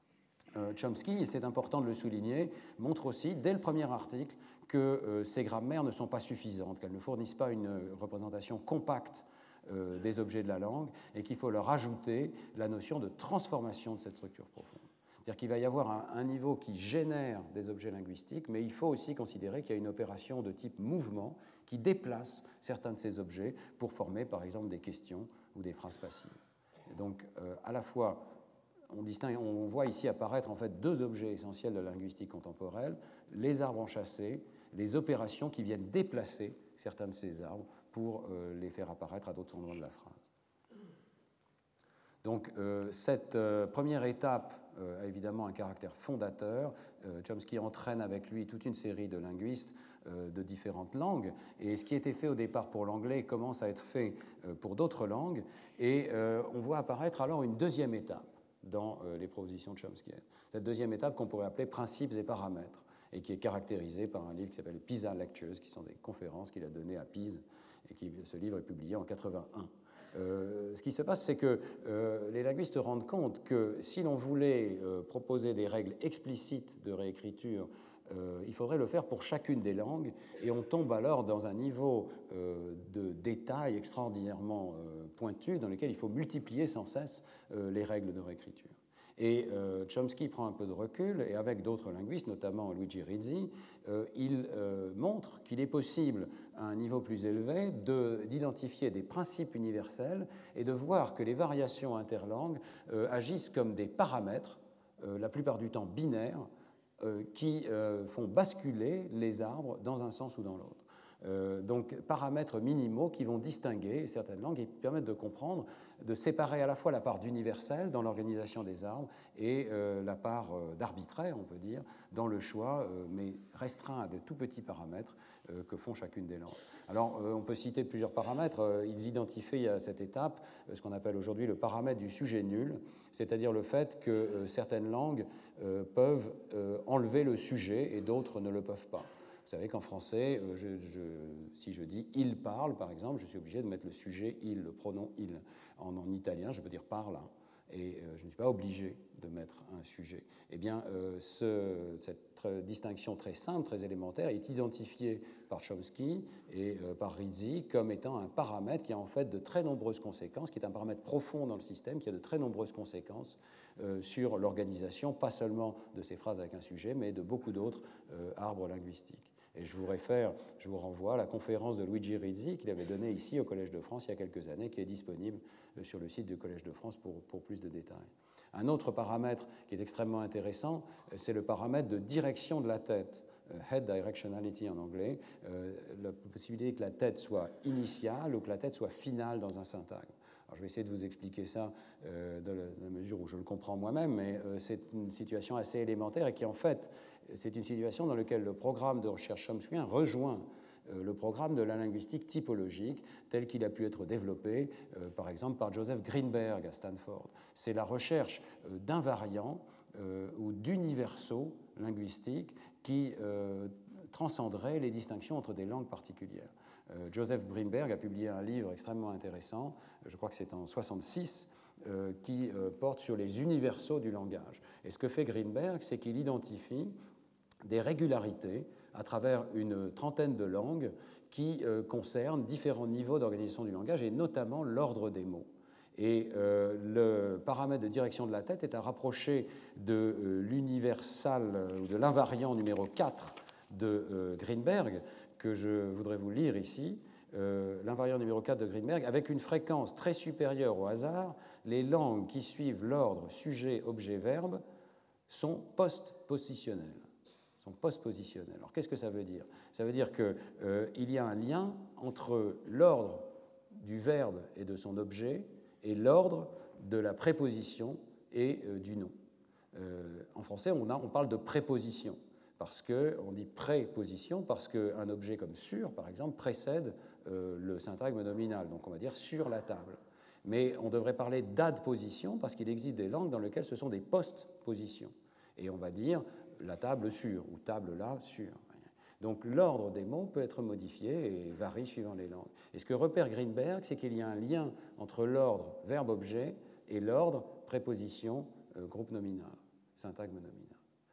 Chomsky, et c'est important de le souligner, montre aussi, dès le premier article, que ces grammaires ne sont pas suffisantes, qu'elles ne fournissent pas une représentation compacte des objets de la langue, et qu'il faut leur ajouter la notion de transformation de cette structure profonde. C'est-à-dire qu'il va y avoir un niveau qui génère des objets linguistiques, mais il faut aussi considérer qu'il y a une opération de type mouvement qui déplace certains de ces objets pour former, par exemple, des questions ou des phrases passives. Et donc, à la fois, on voit ici apparaître en fait 2 objets essentiels de la linguistique contemporaine, les arbres enchâssés, les opérations qui viennent déplacer certains de ces arbres pour les faire apparaître à d'autres endroits de la phrase. Donc cette première étape a évidemment un caractère fondateur. Chomsky entraîne avec lui toute une série de linguistes de différentes langues, et ce qui était fait au départ pour l'anglais commence à être fait pour d'autres langues, et on voit apparaître alors une deuxième étape dans les propositions de Chomsky. Cette deuxième étape qu'on pourrait appeler principes et paramètres, et qui est caractérisée par un livre qui s'appelle Pisa Lectures, qui sont des conférences qu'il a données à Pise, et ce livre est publié en 1981. Ce qui se passe, c'est que les linguistes se rendent compte que si l'on voulait proposer des règles explicites de réécriture, il faudrait le faire pour chacune des langues, et on tombe alors dans un niveau de détail extraordinairement pointu dans lequel il faut multiplier sans cesse les règles de réécriture. Et Chomsky prend un peu de recul, et avec d'autres linguistes, notamment Luigi Rizzi, il montre qu'il est possible, à un niveau plus élevé, d'identifier des principes universels et de voir que les variations interlangues agissent comme des paramètres, la plupart du temps binaires, qui font basculer les arbres dans un sens ou dans l'autre. Donc paramètres minimaux qui vont distinguer certaines langues et permettre de comprendre, de séparer à la fois la part d'universel dans l'organisation des arbres et la part d'arbitraire, on peut dire, dans le choix, mais restreint à de tout petits paramètres que font chacune des langues. Alors on peut citer plusieurs paramètres. Ils identifient à cette étape ce qu'on appelle aujourd'hui le paramètre du sujet nul, c'est-à-dire le fait que certaines langues peuvent enlever le sujet et d'autres ne le peuvent pas. Vous savez qu'en français, si je dis « il parle », par exemple, je suis obligé de mettre le sujet « il », le pronom « il ». En italien, je peux dire « parla », et je ne suis pas obligé de mettre un sujet. Eh bien, cette distinction très simple, très élémentaire, est identifiée par Chomsky et par Rizzi comme étant un paramètre qui a en fait de très nombreuses conséquences, qui est un paramètre profond dans le système, qui a de très nombreuses conséquences sur l'organisation, pas seulement de ces phrases avec un sujet, mais de beaucoup d'autres arbres linguistiques. Et je vous renvoie à la conférence de Luigi Rizzi qu'il avait donnée ici au Collège de France il y a quelques années, qui est disponible sur le site du Collège de France pour plus de détails. Un autre paramètre qui est extrêmement intéressant, c'est le paramètre de direction de la tête, head directionality en anglais, la possibilité que la tête soit initiale ou que la tête soit finale dans un syntagme. Alors, je vais essayer de vous expliquer ça dans la mesure où je le comprends moi-même, mais c'est une situation assez élémentaire et qui, en fait, c'est une situation dans laquelle le programme de recherche chomskyen rejoint le programme de la linguistique typologique tel qu'il a pu être développé, par exemple, par Joseph Greenberg à Stanford. C'est la recherche d'invariants ou d'universaux linguistiques qui transcenderaient les distinctions entre des langues particulières. Joseph Greenberg a publié un livre extrêmement intéressant, je crois que c'est en 1966, qui porte sur les universaux du langage. Et ce que fait Greenberg, c'est qu'il identifie des régularités à travers une trentaine de langues qui concernent différents niveaux d'organisation du langage et notamment l'ordre des mots. Et le paramètre de direction de la tête est à rapprocher de l'universal ou de l'invariant numéro 4 de Greenberg, que je voudrais vous lire ici. L'invariant numéro 4 de Greenberg, avec une fréquence très supérieure au hasard, les langues qui suivent l'ordre sujet, objet, verbe sont post-positionnelles. Alors qu'est-ce que ça veut dire? Ça veut dire qu'il y a un lien entre l'ordre du verbe et de son objet et l'ordre de la préposition et du nom. En français, on parle de préposition. On dit préposition parce qu'un objet comme sur, par exemple, précède le syntagme nominal, donc on va dire sur la table. Mais on devrait parler d'adposition parce qu'il existe des langues dans lesquelles ce sont des postpositions. Et on va dire la table sur ou table là sur. Donc l'ordre des mots peut être modifié et varie suivant les langues. Et ce que repère Greenberg, c'est qu'il y a un lien entre l'ordre verbe-objet et l'ordre préposition-groupe nominal, syntagme nominal.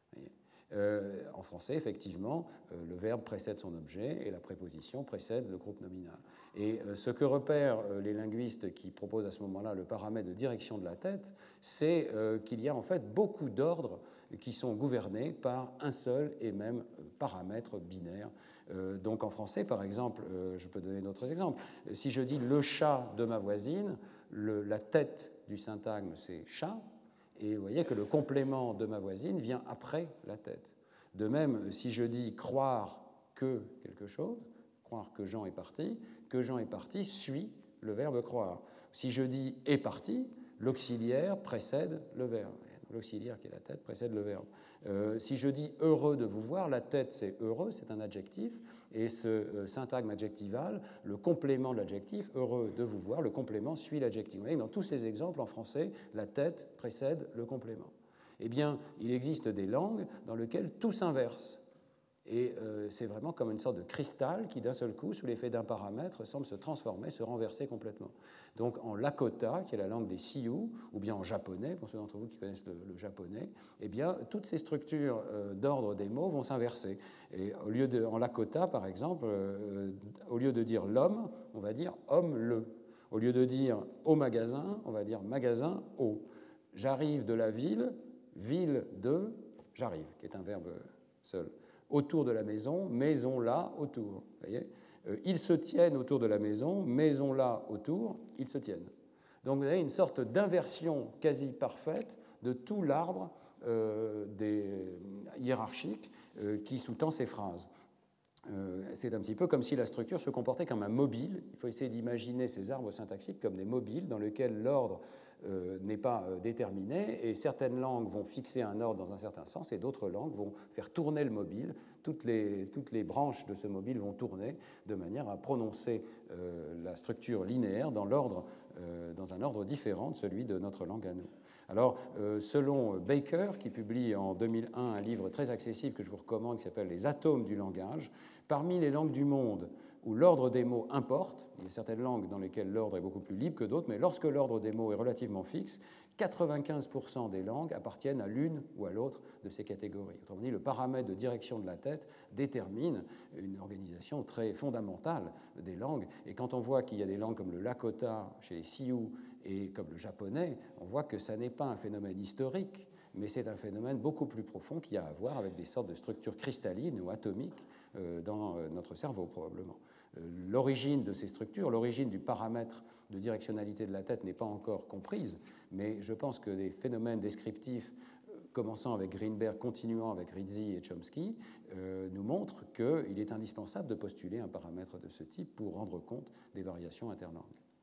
En français, effectivement, le verbe précède son objet et la préposition précède le groupe nominal. Et ce que repèrent les linguistes qui proposent à ce moment-là le paramètre de direction de la tête, c'est qu'il y a en fait beaucoup d'ordres qui sont gouvernés par un seul et même paramètre binaire. Donc en français, par exemple, je peux donner d'autres exemples. Si je dis le chat de ma voisine, la tête du syntagme, c'est chat. Et vous voyez que le complément de ma voisine vient après la tête. De même, si je dis croire que quelque chose, croire que Jean est parti suit le verbe croire. Si je dis est parti, l'auxiliaire précède le verbe. L'auxiliaire qui est la tête précède le verbe. Si je dis heureux de vous voir, la tête c'est heureux, c'est un adjectif, et ce syntagme adjectival, le complément de l'adjectif, heureux de vous voir, le complément suit l'adjectif. Vous voyez, dans tous ces exemples en français, la tête précède le complément. Eh bien, il existe des langues dans lesquelles tout s'inverse. Et c'est vraiment comme une sorte de cristal qui, d'un seul coup, sous l'effet d'un paramètre, semble se transformer, se renverser complètement. Donc en Lakota, qui est la langue des Sioux, ou bien en japonais, pour ceux d'entre vous qui connaissent le japonais, eh bien, toutes ces structures d'ordre des mots vont s'inverser. Et en Lakota, par exemple, au lieu de dire l'homme, on va dire homme-le. Au lieu de dire au magasin, on va dire magasin au. j'arrive de la ville, ville de, j'arrive, qui est un verbe seul, autour de la maison, maison là, autour. Vous voyez, ils se tiennent autour de la maison, maison là, autour, ils se tiennent. Donc vous avez une sorte d'inversion quasi parfaite de tout l'arbre hiérarchique qui sous-tend ces phrases. C'est un petit peu comme si la structure se comportait comme un mobile. Il faut essayer d'imaginer ces arbres syntaxiques comme des mobiles dans lesquels l'ordre n'est pas déterminé, et certaines langues vont fixer un ordre dans un certain sens et d'autres langues vont faire tourner le mobile. Toutes les branches de ce mobile vont tourner de manière à prononcer la structure linéaire dans un ordre différent de celui de notre langue à nous. Alors, selon Baker, qui publie en 2001 un livre très accessible que je vous recommande, qui s'appelle « Les atomes du langage », parmi les langues du monde où l'ordre des mots importe, il y a certaines langues dans lesquelles l'ordre est beaucoup plus libre que d'autres, mais lorsque l'ordre des mots est relativement fixe, 95% des langues appartiennent à l'une ou à l'autre de ces catégories. Autrement dit, le paramètre de direction de la tête détermine une organisation très fondamentale des langues. Et quand on voit qu'il y a des langues comme le Lakota chez les Sioux et comme le japonais, on voit que ça n'est pas un phénomène historique, mais c'est un phénomène beaucoup plus profond qui a à voir avec des sortes de structures cristallines ou atomiques dans notre cerveau, probablement. L'origine de ces structures, l'origine du paramètre de directionnalité de la tête n'est pas encore comprise, mais je pense que les phénomènes descriptifs, commençant avec Greenberg, continuant avec Rizzi et Chomsky, nous montrent qu'il est indispensable de postuler un paramètre de ce type pour rendre compte des variations interlangues.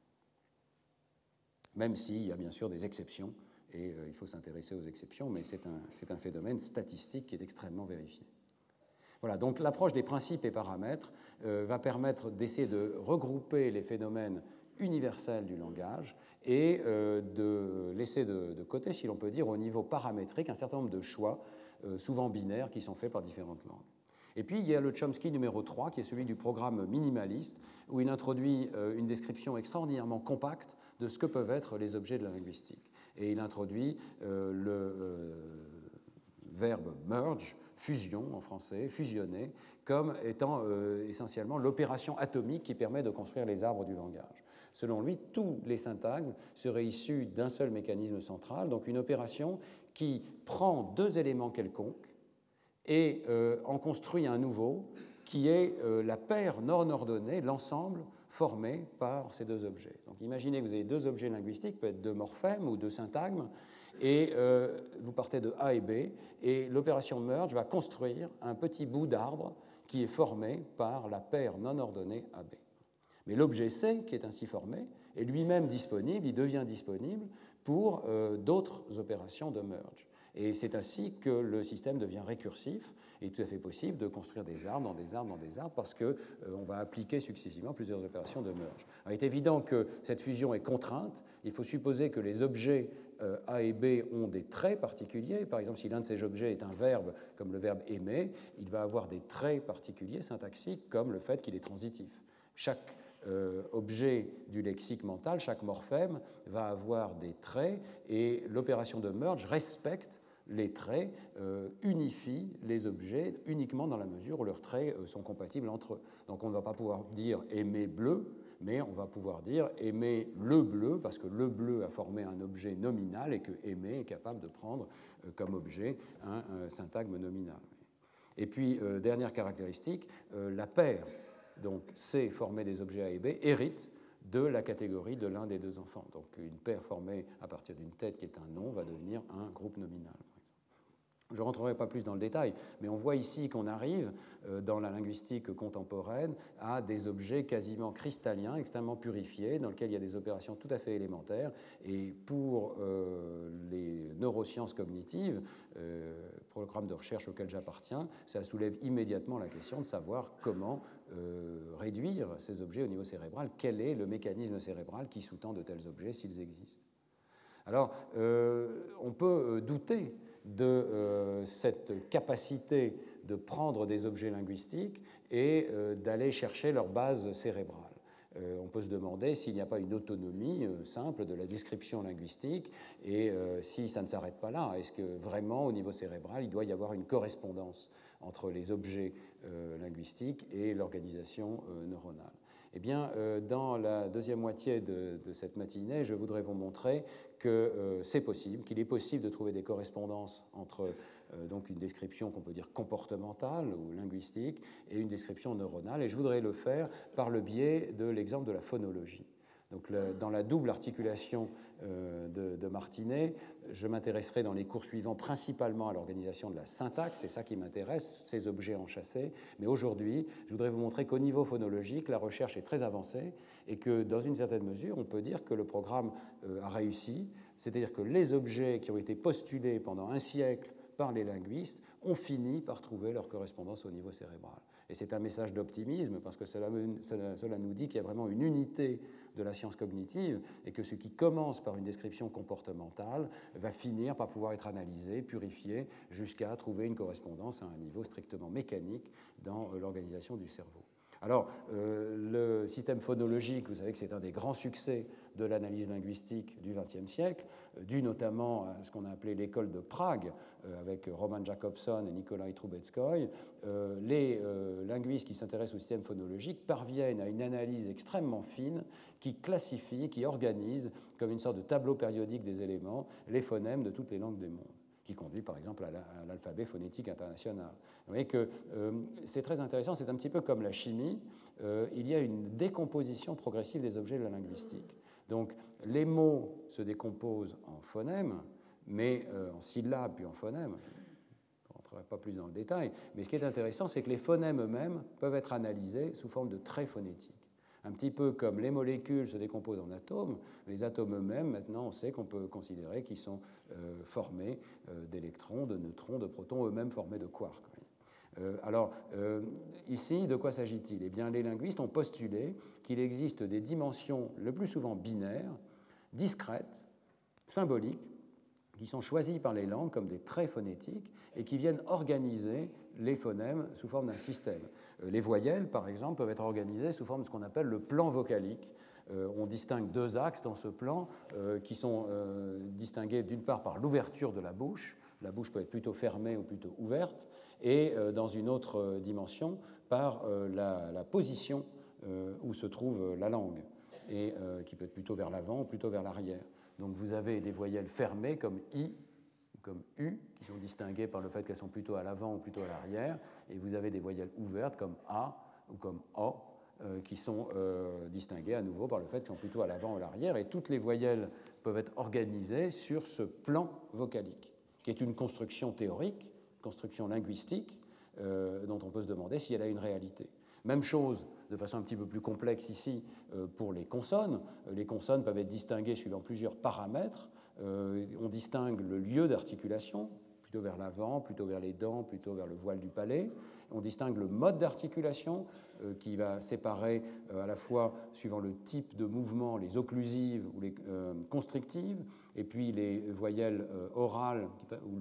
Même s'il y a bien sûr des exceptions, et il faut s'intéresser aux exceptions, mais c'est un phénomène statistique qui est extrêmement vérifié. Voilà, donc l'approche des principes et paramètres va permettre d'essayer de regrouper les phénomènes universels du langage et de laisser de côté, si l'on peut dire, au niveau paramétrique, un certain nombre de choix, souvent binaires, qui sont faits par différentes langues. Et puis, il y a le Chomsky numéro 3, qui est celui du programme minimaliste, où il introduit une description extraordinairement compacte de ce que peuvent être les objets de la linguistique. Et il introduit le verbe merge, fusion en français, fusionner, comme étant essentiellement l'opération atomique qui permet de construire les arbres du langage. Selon lui, tous les syntagmes seraient issus d'un seul mécanisme central, donc une opération qui prend deux éléments quelconques et en construit un nouveau qui est la paire non ordonnée, l'ensemble formé par ces deux objets. Donc imaginez que vous avez deux objets linguistiques, peut-être deux morphèmes ou deux syntagmes, et vous partez de A et B, et l'opération merge va construire un petit bout d'arbre qui est formé par la paire non ordonnée AB. Mais l'objet C, qui est ainsi formé, est lui-même disponible, il devient disponible pour d'autres opérations de merge. Et c'est ainsi que le système devient récursif et tout à fait possible de construire des arbres dans des arbres dans des arbres parce qu'on va appliquer successivement plusieurs opérations de merge. Alors, il est évident que cette fusion est contrainte. Il faut supposer que les objets A et B ont des traits particuliers. Par exemple, si l'un de ces objets est un verbe, comme le verbe aimer, il va avoir des traits particuliers syntaxiques, comme le fait qu'il est transitif. Chaque objet du lexique mental, chaque morphème va avoir des traits et l'opération de merge respecte les traits, unifie les objets uniquement dans la mesure où leurs traits sont compatibles entre eux. Donc on ne va pas pouvoir dire aimer bleu, mais on va pouvoir dire aimer le bleu, parce que le bleu a formé un objet nominal et que aimer est capable de prendre comme objet un syntagme nominal. Et puis, dernière caractéristique, la paire, donc C formée des objets A et B, hérite de la catégorie de l'un des deux enfants. Donc une paire formée à partir d'une tête qui est un nom va devenir un groupe nominal. Je ne rentrerai pas plus dans le détail, mais on voit ici qu'on arrive, dans la linguistique contemporaine, à des objets quasiment cristalliens, extrêmement purifiés, dans lesquels il y a des opérations tout à fait élémentaires. Et pour les neurosciences cognitives, programme de recherche auquel j'appartiens, ça soulève immédiatement la question de savoir comment réduire ces objets au niveau cérébral, quel est le mécanisme cérébral qui sous-tend de tels objets s'ils existent. Alors, on peut douter de cette capacité de prendre des objets linguistiques et d'aller chercher leur base cérébrale. On peut se demander s'il n'y a pas une autonomie simple de la description linguistique et si ça ne s'arrête pas là, est-ce que vraiment au niveau cérébral il doit y avoir une correspondance entre les objets linguistiques et l'organisation neuronale. Eh bien, dans la deuxième moitié de cette matinée, je voudrais vous montrer que c'est possible, qu'il est possible de trouver des correspondances entre donc une description qu'on peut dire comportementale ou linguistique et une description neuronale, et je voudrais le faire par le biais de l'exemple de la phonologie. Donc, dans la double articulation de Martinet, je m'intéresserai dans les cours suivants principalement à l'organisation de la syntaxe, c'est ça qui m'intéresse, ces objets enchâssés. Mais aujourd'hui, je voudrais vous montrer qu'au niveau phonologique, la recherche est très avancée et que, dans une certaine mesure, on peut dire que le programme a réussi, c'est-à-dire que les objets qui ont été postulés pendant un siècle par les linguistes ont fini par trouver leur correspondance au niveau cérébral. Et c'est un message d'optimisme parce que cela nous dit qu'il y a vraiment une unité de la science cognitive et que ce qui commence par une description comportementale va finir par pouvoir être analysé, purifié, jusqu'à trouver une correspondance à un niveau strictement mécanique dans l'organisation du cerveau. Alors, le système phonologique, vous savez que c'est un des grands succès de l'analyse linguistique du XXe siècle, dû notamment à ce qu'on a appelé l'école de Prague, avec Roman Jakobson et Nikolai Trubetskoy. Les linguistes qui s'intéressent au système phonologique parviennent à une analyse extrêmement fine qui classifie, qui organise, comme une sorte de tableau périodique des éléments, les phonèmes de toutes les langues du monde, qui conduit par exemple à l'alphabet phonétique international. Vous voyez que c'est très intéressant, c'est un petit peu comme la chimie, il y a une décomposition progressive des objets de la linguistique. Donc les mots se décomposent en phonèmes, mais en syllabes puis en phonèmes. Je ne rentrerai pas plus dans le détail, mais ce qui est intéressant, c'est que les phonèmes eux-mêmes peuvent être analysés sous forme de traits phonétiques. Un petit peu comme les molécules se décomposent en atomes, les atomes eux-mêmes, maintenant, on sait qu'on peut considérer qu'ils sont formés d'électrons, de neutrons, de protons, eux-mêmes formés de quarks. Alors, ici, de quoi s'agit-il? Eh bien, les linguistes ont postulé qu'il existe des dimensions, le plus souvent binaires, discrètes, symboliques, qui sont choisies par les langues comme des traits phonétiques et qui viennent organiser les phonèmes sous forme d'un système. Les voyelles, par exemple, peuvent être organisées sous forme de ce qu'on appelle le plan vocalique. On distingue deux axes dans ce plan qui sont distingués d'une part par l'ouverture de la bouche peut être plutôt fermée ou plutôt ouverte, et dans une autre dimension par la position où se trouve la langue, et qui peut être plutôt vers l'avant ou plutôt vers l'arrière. Donc vous avez des voyelles fermées comme I ou comme U, qui sont distinguées par le fait qu'elles sont plutôt à l'avant ou plutôt à l'arrière, et vous avez des voyelles ouvertes comme A ou comme O, qui sont distinguées à nouveau par le fait qu'elles sont plutôt à l'avant ou à l'arrière, et toutes les voyelles peuvent être organisées sur ce plan vocalique, qui est une construction théorique, construction linguistique, dont on peut se demander si elle a une réalité. Même chose, de façon un petit peu plus complexe ici, pour les consonnes. Les consonnes peuvent être distinguées suivant plusieurs paramètres. On distingue le lieu d'articulation, plutôt vers l'avant, plutôt vers les dents, plutôt vers le voile du palais. On distingue le mode d'articulation, qui va séparer à la fois, suivant le type de mouvement, les occlusives ou les constrictives, et puis les voyelles orales, où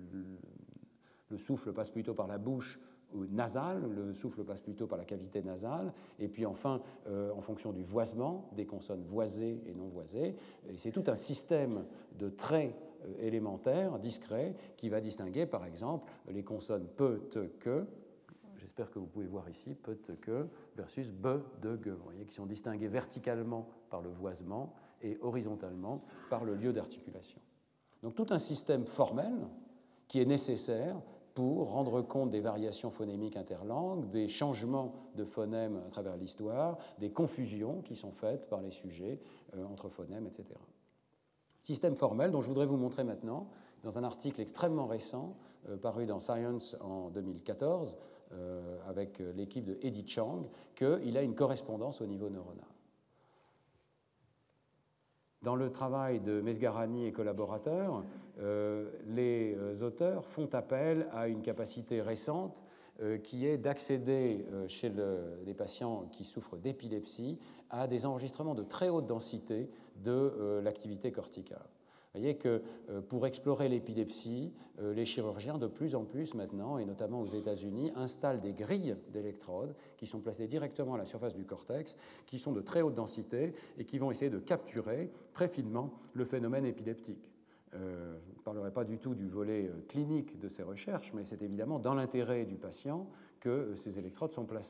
le souffle passe plutôt par la bouche, ou nasale, le souffle passe plutôt par la cavité nasale, et puis enfin, en fonction du voisement, des consonnes voisées et non voisées, et c'est tout un système de traits élémentaires, discrets, qui va distinguer, par exemple, les consonnes pe, te, que, j'espère que vous pouvez voir ici, pe, te, que, versus be, de, ge, vous voyez, qui sont distingués verticalement par le voisement et horizontalement par le lieu d'articulation. Donc tout un système formel qui est nécessaire pour rendre compte des variations phonémiques interlangues, des changements de phonèmes à travers l'histoire, des confusions qui sont faites par les sujets entre phonèmes, etc. Système formel dont je voudrais vous montrer maintenant, dans un article extrêmement récent, paru dans Science en 2014, avec l'équipe de Eddie Chang, qu'il a une correspondance au niveau neuronal. Dans le travail de Mesgarani et collaborateurs, les auteurs font appel à une capacité récente qui est d'accéder chez les patients qui souffrent d'épilepsie à des enregistrements de très haute densité de l'activité corticale. Vous voyez que pour explorer l'épilepsie, les chirurgiens de plus en plus maintenant, et notamment aux États-Unis, installent des grilles d'électrodes qui sont placées directement à la surface du cortex, qui sont de très haute densité et qui vont essayer de capturer très finement le phénomène épileptique. Je ne parlerai pas du tout du volet clinique de ces recherches, mais c'est évidemment dans l'intérêt du patient que ces électrodes sont placées.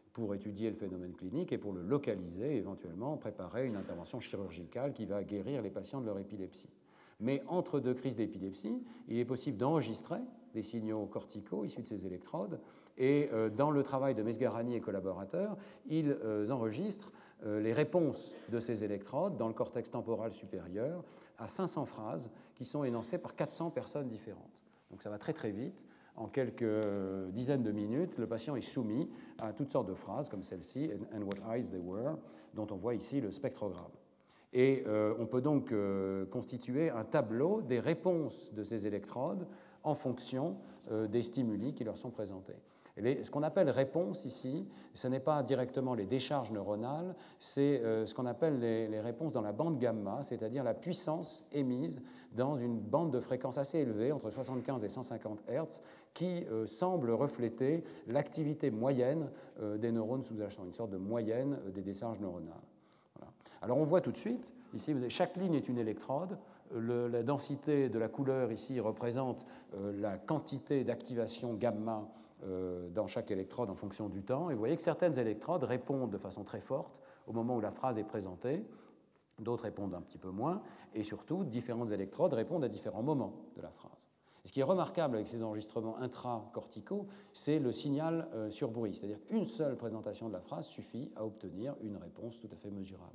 pour étudier le phénomène clinique et pour le localiser, éventuellement préparer une intervention chirurgicale qui va guérir les patients de leur épilepsie. Mais entre deux crises d'épilepsie, il est possible d'enregistrer des signaux corticaux issus de ces électrodes. Et dans le travail de Mesgarani et collaborateurs, ils enregistrent les réponses de ces électrodes dans le cortex temporal supérieur à 500 phrases qui sont énoncées par 400 personnes différentes. Donc ça va très très vite. En quelques dizaines de minutes, le patient est soumis à toutes sortes de phrases comme celle-ci, « and what eyes they were », dont on voit ici le spectrogramme. Et on peut donc constituer un tableau des réponses de ces électrodes en fonction des stimuli qui leur sont présentés. Ce qu'on appelle réponse ici, ce n'est pas directement les décharges neuronales, c'est ce qu'on appelle les réponses dans la bande gamma, c'est-à-dire la puissance émise dans une bande de fréquence assez élevée, entre 75 et 150 Hz, qui semble refléter l'activité moyenne des neurones sous-jacents, une sorte de moyenne des décharges neuronales. Voilà. Alors on voit tout de suite, ici, chaque ligne est une électrode. La densité de la couleur ici représente la quantité d'activation gamma dans chaque électrode en fonction du temps. Et vous voyez que certaines électrodes répondent de façon très forte au moment où la phrase est présentée, d'autres répondent un petit peu moins, et surtout, différentes électrodes répondent à différents moments de la phrase. Et ce qui est remarquable avec ces enregistrements intracorticaux, c'est le signal sur bruit, c'est-à-dire qu'une seule présentation de la phrase suffit à obtenir une réponse tout à fait mesurable.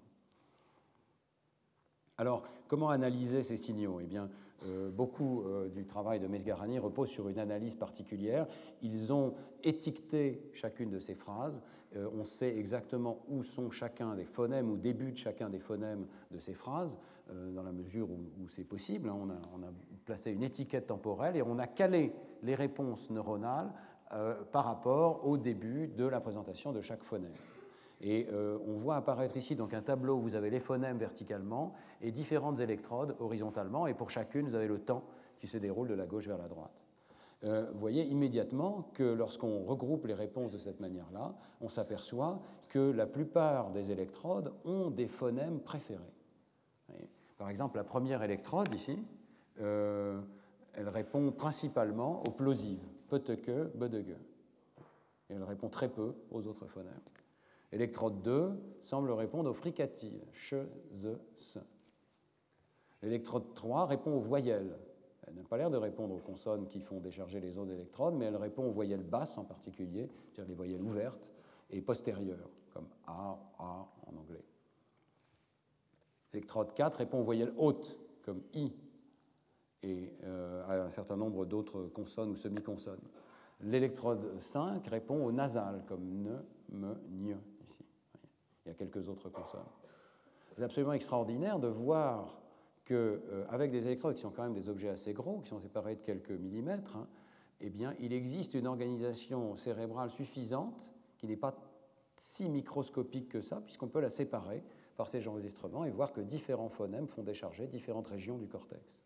Alors, comment analyser ces signaux? Eh bien, beaucoup du travail de Mesgarani repose sur une analyse particulière. Ils ont étiqueté chacune de ces phrases. On sait exactement où sont chacun des phonèmes, où débute chacun des phonèmes de ces phrases, dans la mesure où c'est possible. On a placé une étiquette temporelle et on a calé les réponses neuronales par rapport au début de la présentation de chaque phonème. Et on voit apparaître ici donc un tableau où vous avez les phonèmes verticalement et différentes électrodes horizontalement, et pour chacune, vous avez le temps qui se déroule de la gauche vers la droite. Vous voyez immédiatement que lorsqu'on regroupe les réponses de cette manière-là, on s'aperçoit que la plupart des électrodes ont des phonèmes préférés. Par exemple, la première électrode ici, elle répond principalement aux plosives, peteke, bedege. Et elle répond très peu aux autres phonèmes. L'électrode 2 semble répondre aux fricatives, che, ze, se. L'électrode 3 répond aux voyelles. Elle n'a pas l'air de répondre aux consonnes qui font décharger les autres électrodes, mais elle répond aux voyelles basses en particulier, c'est-à-dire les voyelles ouvertes et postérieures, comme A en anglais. L'électrode 4 répond aux voyelles hautes, comme I, et à un certain nombre d'autres consonnes ou semi-consonnes. L'électrode 5 répond aux nasales, comme ne, me, gne, ici. Il y a quelques autres consonnes. C'est absolument extraordinaire de voir qu'avec des électrodes qui sont quand même des objets assez gros, qui sont séparés de quelques millimètres, eh bien, il existe une organisation cérébrale suffisante, qui n'est pas si microscopique que ça, puisqu'on peut la séparer par ces enregistrements et voir que différents phonèmes font décharger différentes régions du cortex.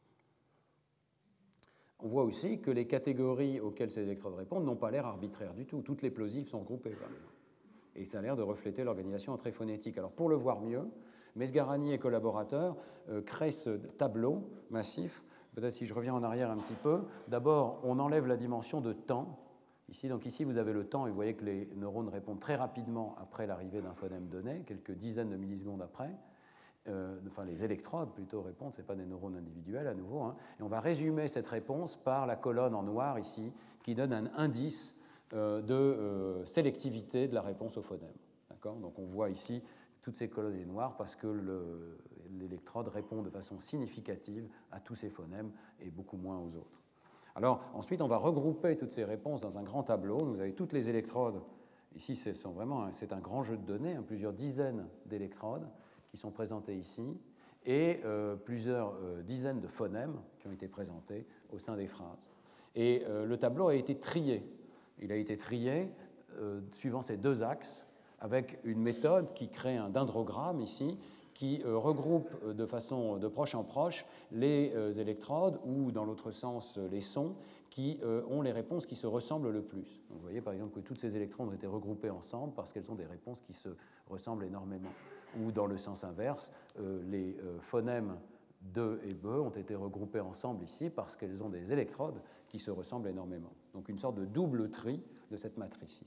On voit aussi que les catégories auxquelles ces électrodes répondent n'ont pas l'air arbitraires du tout. Toutes les plosives sont groupées. Et ça a l'air de refléter l'organisation très phonétique. Alors pour le voir mieux, Mesgarani et collaborateurs créent ce tableau massif. Peut-être si je reviens en arrière un petit peu. D'abord, on enlève la dimension de temps. Donc ici, vous avez le temps et vous voyez que les neurones répondent très rapidement après l'arrivée d'un phonème donné, quelques dizaines de millisecondes après. Enfin les électrodes plutôt répondent, ce n'est pas des neurones individuels à nouveau, et on va résumer cette réponse par la colonne en noir ici, qui donne un indice de sélectivité de la réponse au phonème. Donc on voit ici toutes ces colonnes noires parce que l'électrode répond de façon significative à tous ces phonèmes et beaucoup moins aux autres. Alors ensuite on va regrouper toutes ces réponses dans un grand tableau. Vous avez toutes les électrodes, ici c'est un grand jeu de données, plusieurs dizaines d'électrodes qui sont présentés ici, et plusieurs dizaines de phonèmes qui ont été présentés au sein des phrases. Et le tableau a été trié. Il a été trié suivant ces deux axes, avec une méthode qui crée un dendrogramme ici, qui regroupe de façon de proche en proche les électrodes, ou dans l'autre sens les sons, qui ont les réponses qui se ressemblent le plus. Donc vous voyez par exemple que toutes ces électrodes ont été regroupées ensemble parce qu'elles ont des réponses qui se ressemblent énormément. Ou dans le sens inverse, les phonèmes de et be ont été regroupés ensemble ici parce qu'elles ont des électrodes qui se ressemblent énormément. Donc une sorte de double tri de cette matrice ici.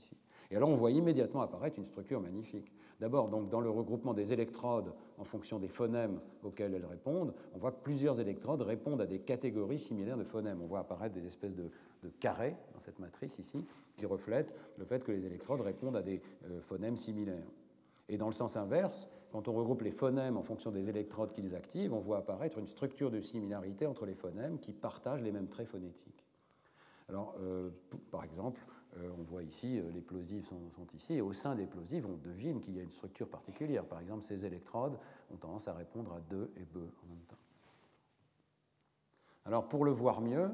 Et alors on voit immédiatement apparaître une structure magnifique. D'abord, donc, dans le regroupement des électrodes en fonction des phonèmes auxquels elles répondent, on voit que plusieurs électrodes répondent à des catégories similaires de phonèmes. On voit apparaître des espèces de carrés dans cette matrice ici, qui reflètent le fait que les électrodes répondent à des phonèmes similaires. Et dans le sens inverse, quand on regroupe les phonèmes en fonction des électrodes qu'ils activent, on voit apparaître une structure de similarité entre les phonèmes qui partagent les mêmes traits phonétiques. Alors, par exemple, on voit ici, les plosives sont ici, et au sein des plosives, on devine qu'il y a une structure particulière. Par exemple, ces électrodes ont tendance à répondre à de et be en même temps. Alors, pour le voir mieux,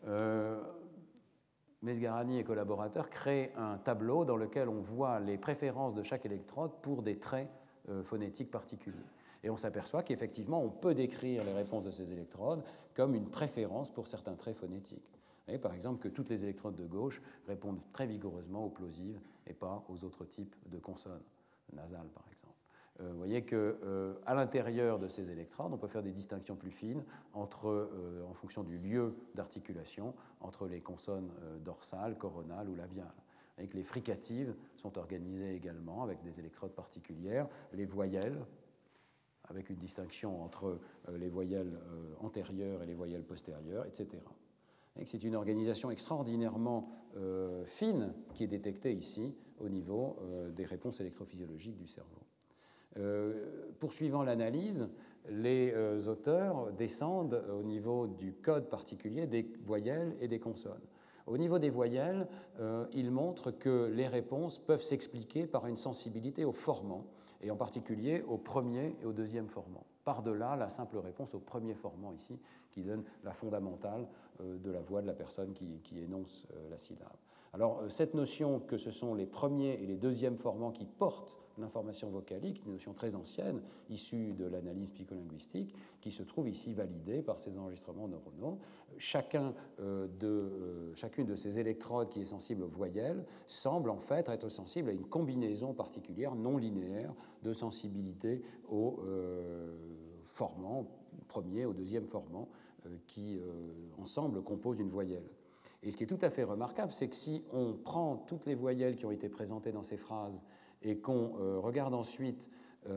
Mesgarani et collaborateurs créent un tableau dans lequel on voit les préférences de chaque électrode pour des traits phonétiques particuliers. Et on s'aperçoit qu'effectivement, on peut décrire les réponses de ces électrodes comme une préférence pour certains traits phonétiques. Et par exemple, que toutes les électrodes de gauche répondent très vigoureusement aux plosives et pas aux autres types de consonnes, nasales par exemple. Vous voyez qu'à l'intérieur de ces électrodes, on peut faire des distinctions plus fines entre, en fonction du lieu d'articulation entre les consonnes dorsales, coronales ou labiales. Et que les fricatives sont organisées également avec des électrodes particulières, les voyelles, avec une distinction entre les voyelles antérieures et les voyelles postérieures, etc. C'est une organisation extraordinairement fine qui est détectée ici au niveau des réponses électrophysiologiques du cerveau. Poursuivant l'analyse, les auteurs descendent au niveau du code particulier des voyelles et des consonnes. Au niveau des voyelles, ils montrent que les réponses peuvent s'expliquer par une sensibilité au formant, et en particulier au premier et au deuxième formant. Par-delà la simple réponse au premier formant ici, qui donne la fondamentale de la voix de la personne qui énonce la syllabe. Alors, cette notion que ce sont les premiers et les deuxièmes formants qui portent l'information vocalique, une notion très ancienne, issue de l'analyse psycholinguistique, qui se trouve ici validée par ces enregistrements neuronaux. Chacune de ces électrodes qui est sensible aux voyelles semble en fait être sensible à une combinaison particulière, non linéaire, de sensibilité aux formants, au premier, au deuxième formant, qui ensemble composent une voyelle. Et ce qui est tout à fait remarquable, c'est que si on prend toutes les voyelles qui ont été présentées dans ces phrases et qu'on regarde ensuite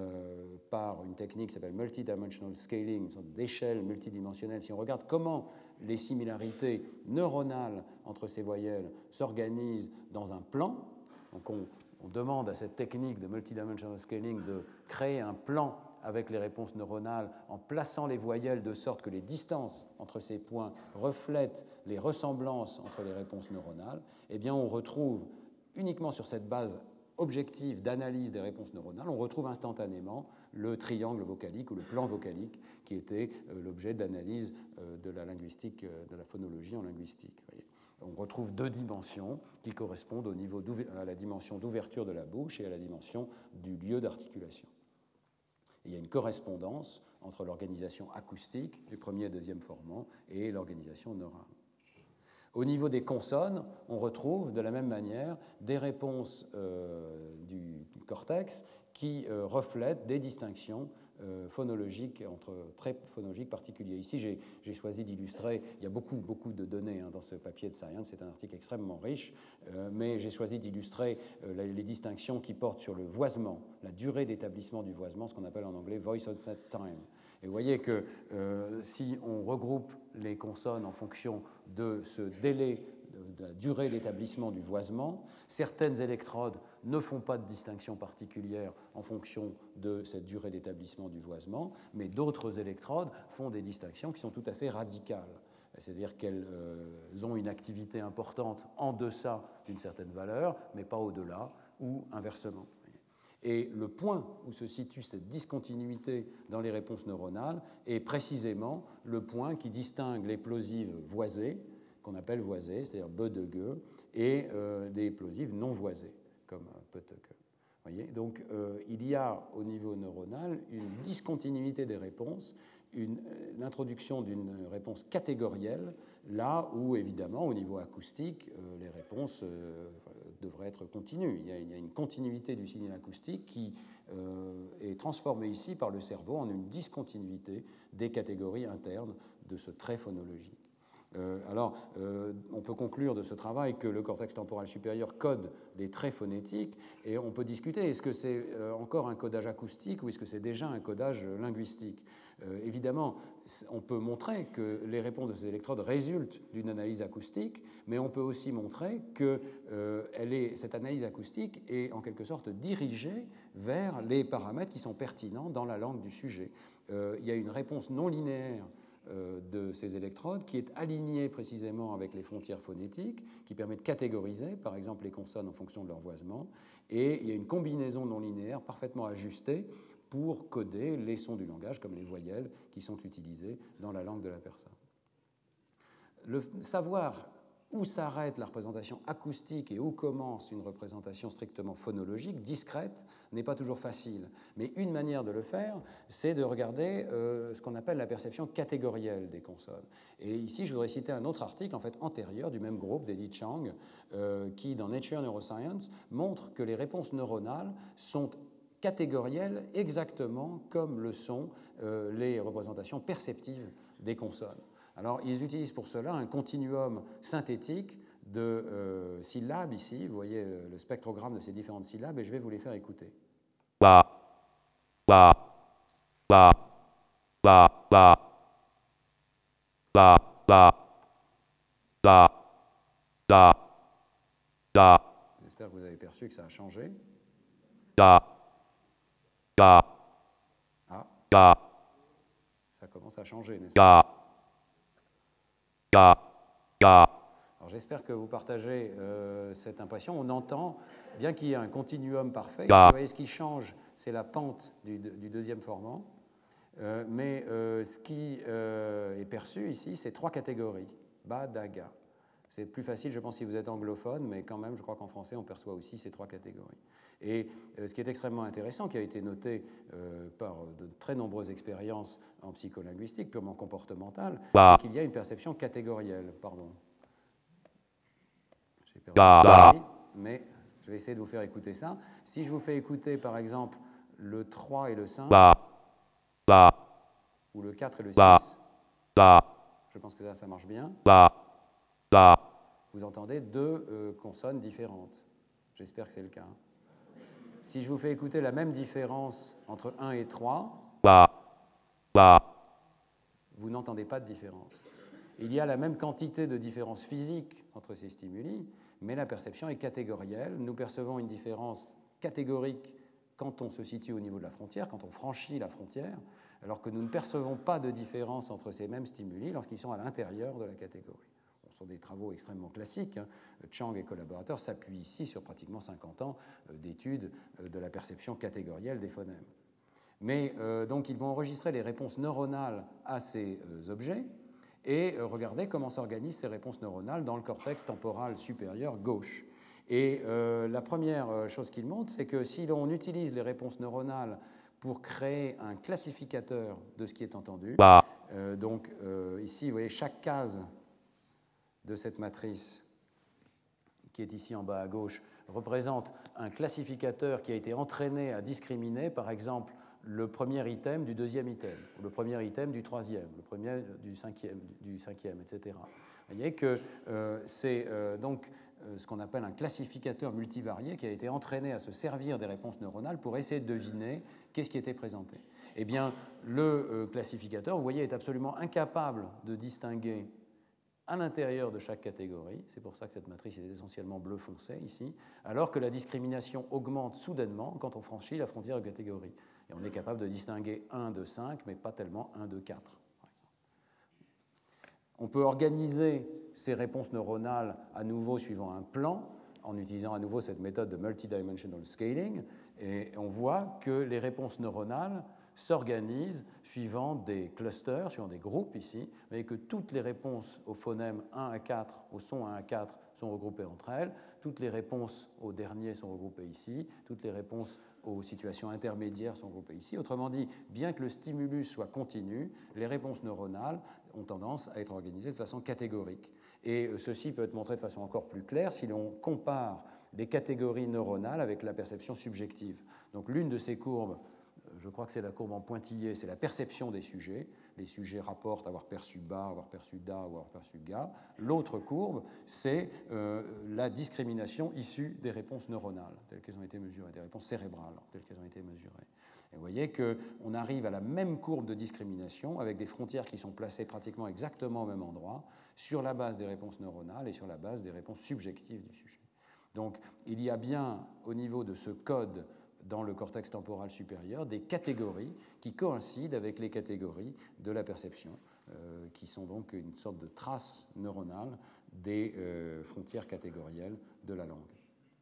par une technique qui s'appelle multidimensional scaling, une sorte d'échelle multidimensionnelle, si on regarde comment les similarités neuronales entre ces voyelles s'organisent dans un plan, donc on demande à cette technique de multidimensional scaling de créer un plan avec les réponses neuronales en plaçant les voyelles de sorte que les distances entre ces points reflètent les ressemblances entre les réponses neuronales, eh bien on retrouve uniquement sur cette base objective d'analyse des réponses neuronales, on retrouve instantanément le triangle vocalique ou le plan vocalique qui était l'objet d'analyse de la linguistique, de la phonologie en linguistique. Voyez. On retrouve deux dimensions qui correspondent au niveau à la dimension d'ouverture de la bouche et à la dimension du lieu d'articulation. Il y a une correspondance entre l'organisation acoustique du premier et deuxième formant et l'organisation neurale. Au niveau des consonnes, on retrouve de la même manière des réponses du cortex qui reflètent des distinctions phonologiques entre traits phonologiques particuliers. Ici, j'ai choisi d'illustrer, il y a beaucoup de données dans ce papier de Science, c'est un article extrêmement riche, mais j'ai choisi d'illustrer les distinctions qui portent sur le voisement, la durée d'établissement du voisement, ce qu'on appelle en anglais voice onset time. Et vous voyez que si on regroupe les consonnes en fonction de ce délai, de la durée d'établissement du voisement, certaines électrodes ne font pas de distinction particulière en fonction de cette durée d'établissement du voisement, mais d'autres électrodes font des distinctions qui sont tout à fait radicales. C'est-à-dire qu'elles ont une activité importante en deçà d'une certaine valeur, mais pas au-delà, ou inversement. Et le point où se situe cette discontinuité dans les réponses neuronales est précisément le point qui distingue les plosives voisées, qu'on appelle voisées, c'est-à-dire be de ge, et des plosives non voisées, comme peut-que. Donc il y a au niveau neuronal une discontinuité des réponses, l'introduction d'une réponse catégorielle, là où évidemment au niveau acoustique, les réponses devraient être continues. Il y a une continuité du signal acoustique qui est transformée ici par le cerveau en une discontinuité des catégories internes de ce trait phonologique. On peut conclure de ce travail que le cortex temporal supérieur code des traits phonétiques, et on peut discuter, est-ce que c'est encore un codage acoustique ou est-ce que c'est déjà un codage linguistique? Évidemment, on peut montrer que les réponses de ces électrodes résultent d'une analyse acoustique, mais on peut aussi montrer que cette analyse acoustique est en quelque sorte dirigée vers les paramètres qui sont pertinents dans la langue du sujet. Il y a une réponse non linéaire de ces électrodes qui est alignée précisément avec les frontières phonétiques, qui permet de catégoriser, par exemple, les consonnes en fonction de leur voisement, et il y a une combinaison non linéaire parfaitement ajustée pour coder les sons du langage, comme les voyelles qui sont utilisées dans la langue de la personne. Le savoir où s'arrête la représentation acoustique et où commence une représentation strictement phonologique, discrète, n'est pas toujours facile. Mais une manière de le faire, c'est de regarder ce qu'on appelle la perception catégorielle des consonnes. Et ici, je voudrais citer un autre article, en fait antérieur, du même groupe, d'Eddie Chang, qui, dans Nature Neuroscience, montre que les réponses neuronales sont catégorielles exactement comme le sont les représentations perceptives des consonnes. Alors, ils utilisent pour cela un continuum synthétique de syllabes ici. Vous voyez le spectrogramme de ces différentes syllabes et je vais vous les faire écouter. La, la, la, la, la, la, la, la, la, la. J'espère que vous avez perçu que ça a changé. La, la, ah, la, ça commence à changer, n'est-ce pas? la. Alors j'espère que vous partagez cette impression. On entend, bien qu'il y ait un continuum parfait, ici, vous voyez, ce qui change, c'est la pente du deuxième formant. Mais ce qui est perçu ici, c'est 3 catégories. Ba, da, ga. C'est plus facile, je pense, si vous êtes anglophone, mais quand même, je crois qu'en français, on perçoit aussi ces 3 catégories. Et ce qui est extrêmement intéressant, qui a été noté par de très nombreuses expériences en psycholinguistique, purement comportementale, c'est qu'il y a une perception catégorielle. Pardon. J'ai perdu le bruit, mais je vais essayer de vous faire écouter ça. Si je vous fais écouter, par exemple, le 3 et le 5, ou le 4 et le 6, je pense que ça marche bien. Vous entendez 2 consonnes différentes. J'espère que c'est le cas. Si je vous fais écouter la même différence entre 1 et 3, vous n'entendez pas de différence. Il y a la même quantité de différence physique entre ces stimuli, mais la perception est catégorielle. Nous percevons une différence catégorique quand on se situe au niveau de la frontière, quand on franchit la frontière, alors que nous ne percevons pas de différence entre ces mêmes stimuli lorsqu'ils sont à l'intérieur de la catégorie. Ce sont des travaux extrêmement classiques. Chang et collaborateurs s'appuient ici sur pratiquement 50 ans d'études de la perception catégorielle des phonèmes. Mais donc ils vont enregistrer les réponses neuronales à ces objets et regarder comment s'organisent ces réponses neuronales dans le cortex temporal supérieur gauche. Et la première chose qu'ils montrent, c'est que si l'on utilise les réponses neuronales pour créer un classificateur de ce qui est entendu, ici, vous voyez, chaque case de cette matrice qui est ici en bas à gauche représente un classificateur qui a été entraîné à discriminer, par exemple, le premier item du deuxième item, ou le premier item du troisième, le premier du cinquième, etc. Vous voyez que c'est donc ce qu'on appelle un classificateur multivarié qui a été entraîné à se servir des réponses neuronales pour essayer de deviner qu'est-ce qui était présenté. Eh bien, le classificateur, vous voyez, est absolument incapable de distinguer à l'intérieur de chaque catégorie, c'est pour ça que cette matrice est essentiellement bleu foncé ici, alors que la discrimination augmente soudainement quand on franchit la frontière de catégorie. Et on est capable de distinguer 1 de 5, mais pas tellement 1 de 4. On peut organiser ces réponses neuronales à nouveau suivant un plan, en utilisant à nouveau cette méthode de multidimensional scaling, et on voit que les réponses neuronales s'organisent suivant des clusters, suivant des groupes ici. Vous voyez que toutes les réponses aux phonèmes 1 à 4, au son 1 à 4, sont regroupées entre elles. Toutes les réponses aux derniers sont regroupées ici. Toutes les réponses aux situations intermédiaires sont regroupées ici. Autrement dit, bien que le stimulus soit continu, les réponses neuronales ont tendance à être organisées de façon catégorique. Et ceci peut être montré de façon encore plus claire si l'on compare les catégories neuronales avec la perception subjective. Donc l'une de ces courbes, je crois que c'est la courbe en pointillé, c'est la perception des sujets. les sujets rapportent avoir perçu bas, avoir perçu da ou avoir perçu ga. L'autre courbe, c'est la discrimination issue des réponses neuronales telles qu'elles ont été mesurées, des réponses cérébrales telles qu'elles ont été mesurées. Et vous voyez qu'on arrive à la même courbe de discrimination avec des frontières qui sont placées pratiquement exactement au même endroit sur la base des réponses neuronales et sur la base des réponses subjectives du sujet. Donc il y a bien au niveau de ce code dans le cortex temporal supérieur des catégories qui coïncident avec les catégories de la perception, qui sont donc une sorte de trace neuronale des frontières catégorielles de la langue.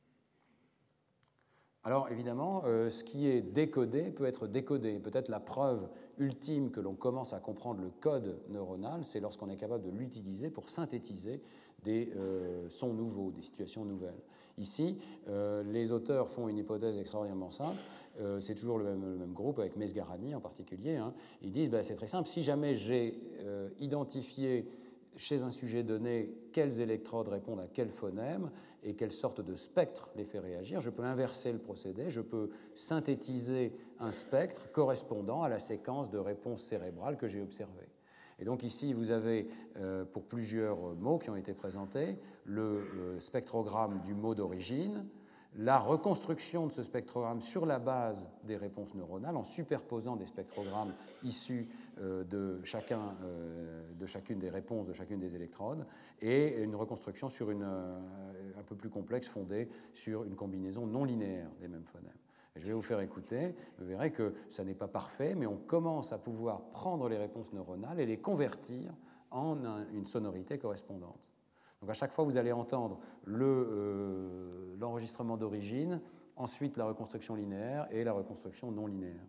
Alors évidemment, ce qui est décodé peut être décodé. Peut-être la preuve ultime que l'on commence à comprendre le code neuronal, c'est lorsqu'on est capable de l'utiliser pour synthétiser des sons nouveaux, des situations nouvelles. Ici, les auteurs font une hypothèse extraordinairement simple. C'est toujours le même groupe, avec Mesgarani en particulier. Hein. Ils disent, c'est très simple, si jamais j'ai identifié chez un sujet donné quels électrodes répondent à quel phonème et quelle sorte de spectre les fait réagir, je peux inverser le procédé, je peux synthétiser un spectre correspondant à la séquence de réponses cérébrales que j'ai observée. Et donc ici, vous avez, pour plusieurs mots qui ont été présentés, le spectrogramme du mot d'origine, la reconstruction de ce spectrogramme sur la base des réponses neuronales en superposant des spectrogrammes issus de chacune des réponses de chacune des électrodes et une reconstruction sur un peu plus complexe fondée sur une combinaison non linéaire des mêmes phonèmes. Et je vais vous faire écouter, vous verrez que ça n'est pas parfait, mais on commence à pouvoir prendre les réponses neuronales et les convertir en une sonorité correspondante. Donc à chaque fois, vous allez entendre l'enregistrement d'origine, ensuite la reconstruction linéaire et la reconstruction non linéaire.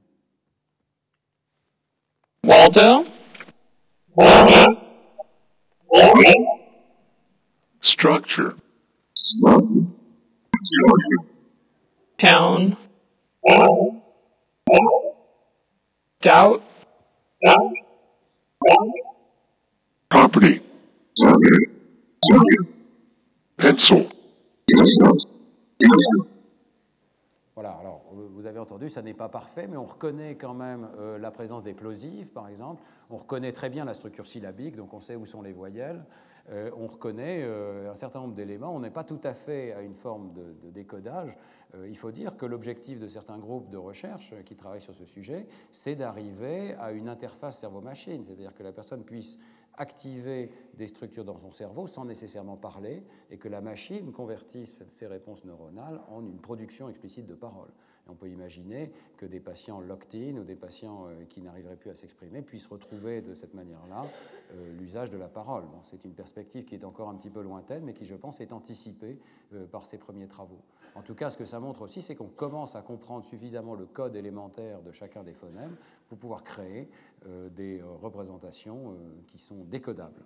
Waldo. Structure. Town. Doubt. Property. Pencil. Voilà, alors vous avez entendu, ça n'est pas parfait, mais on reconnaît quand même la présence des plosives, par exemple. On reconnaît très bien la structure syllabique, donc on sait où sont les voyelles. On reconnaît un certain nombre d'éléments. On n'est pas tout à fait à une forme de décodage. Il faut dire que l'objectif de certains groupes de recherche qui travaillent sur ce sujet, c'est d'arriver à une interface cerveau-machine, c'est-à-dire que la personne puisse activer des structures dans son cerveau sans nécessairement parler et que la machine convertisse ces réponses neuronales en une production explicite de paroles. Et on peut imaginer que des patients locked-in ou des patients qui n'arriveraient plus à s'exprimer puissent retrouver de cette manière-là l'usage de la parole. Bon, c'est une perspective qui est encore un petit peu lointaine, mais qui, je pense, est anticipée par ces premiers travaux. En tout cas, ce que ça montre aussi, c'est qu'on commence à comprendre suffisamment le code élémentaire de chacun des phonèmes pour pouvoir créer des représentations qui sont décodables.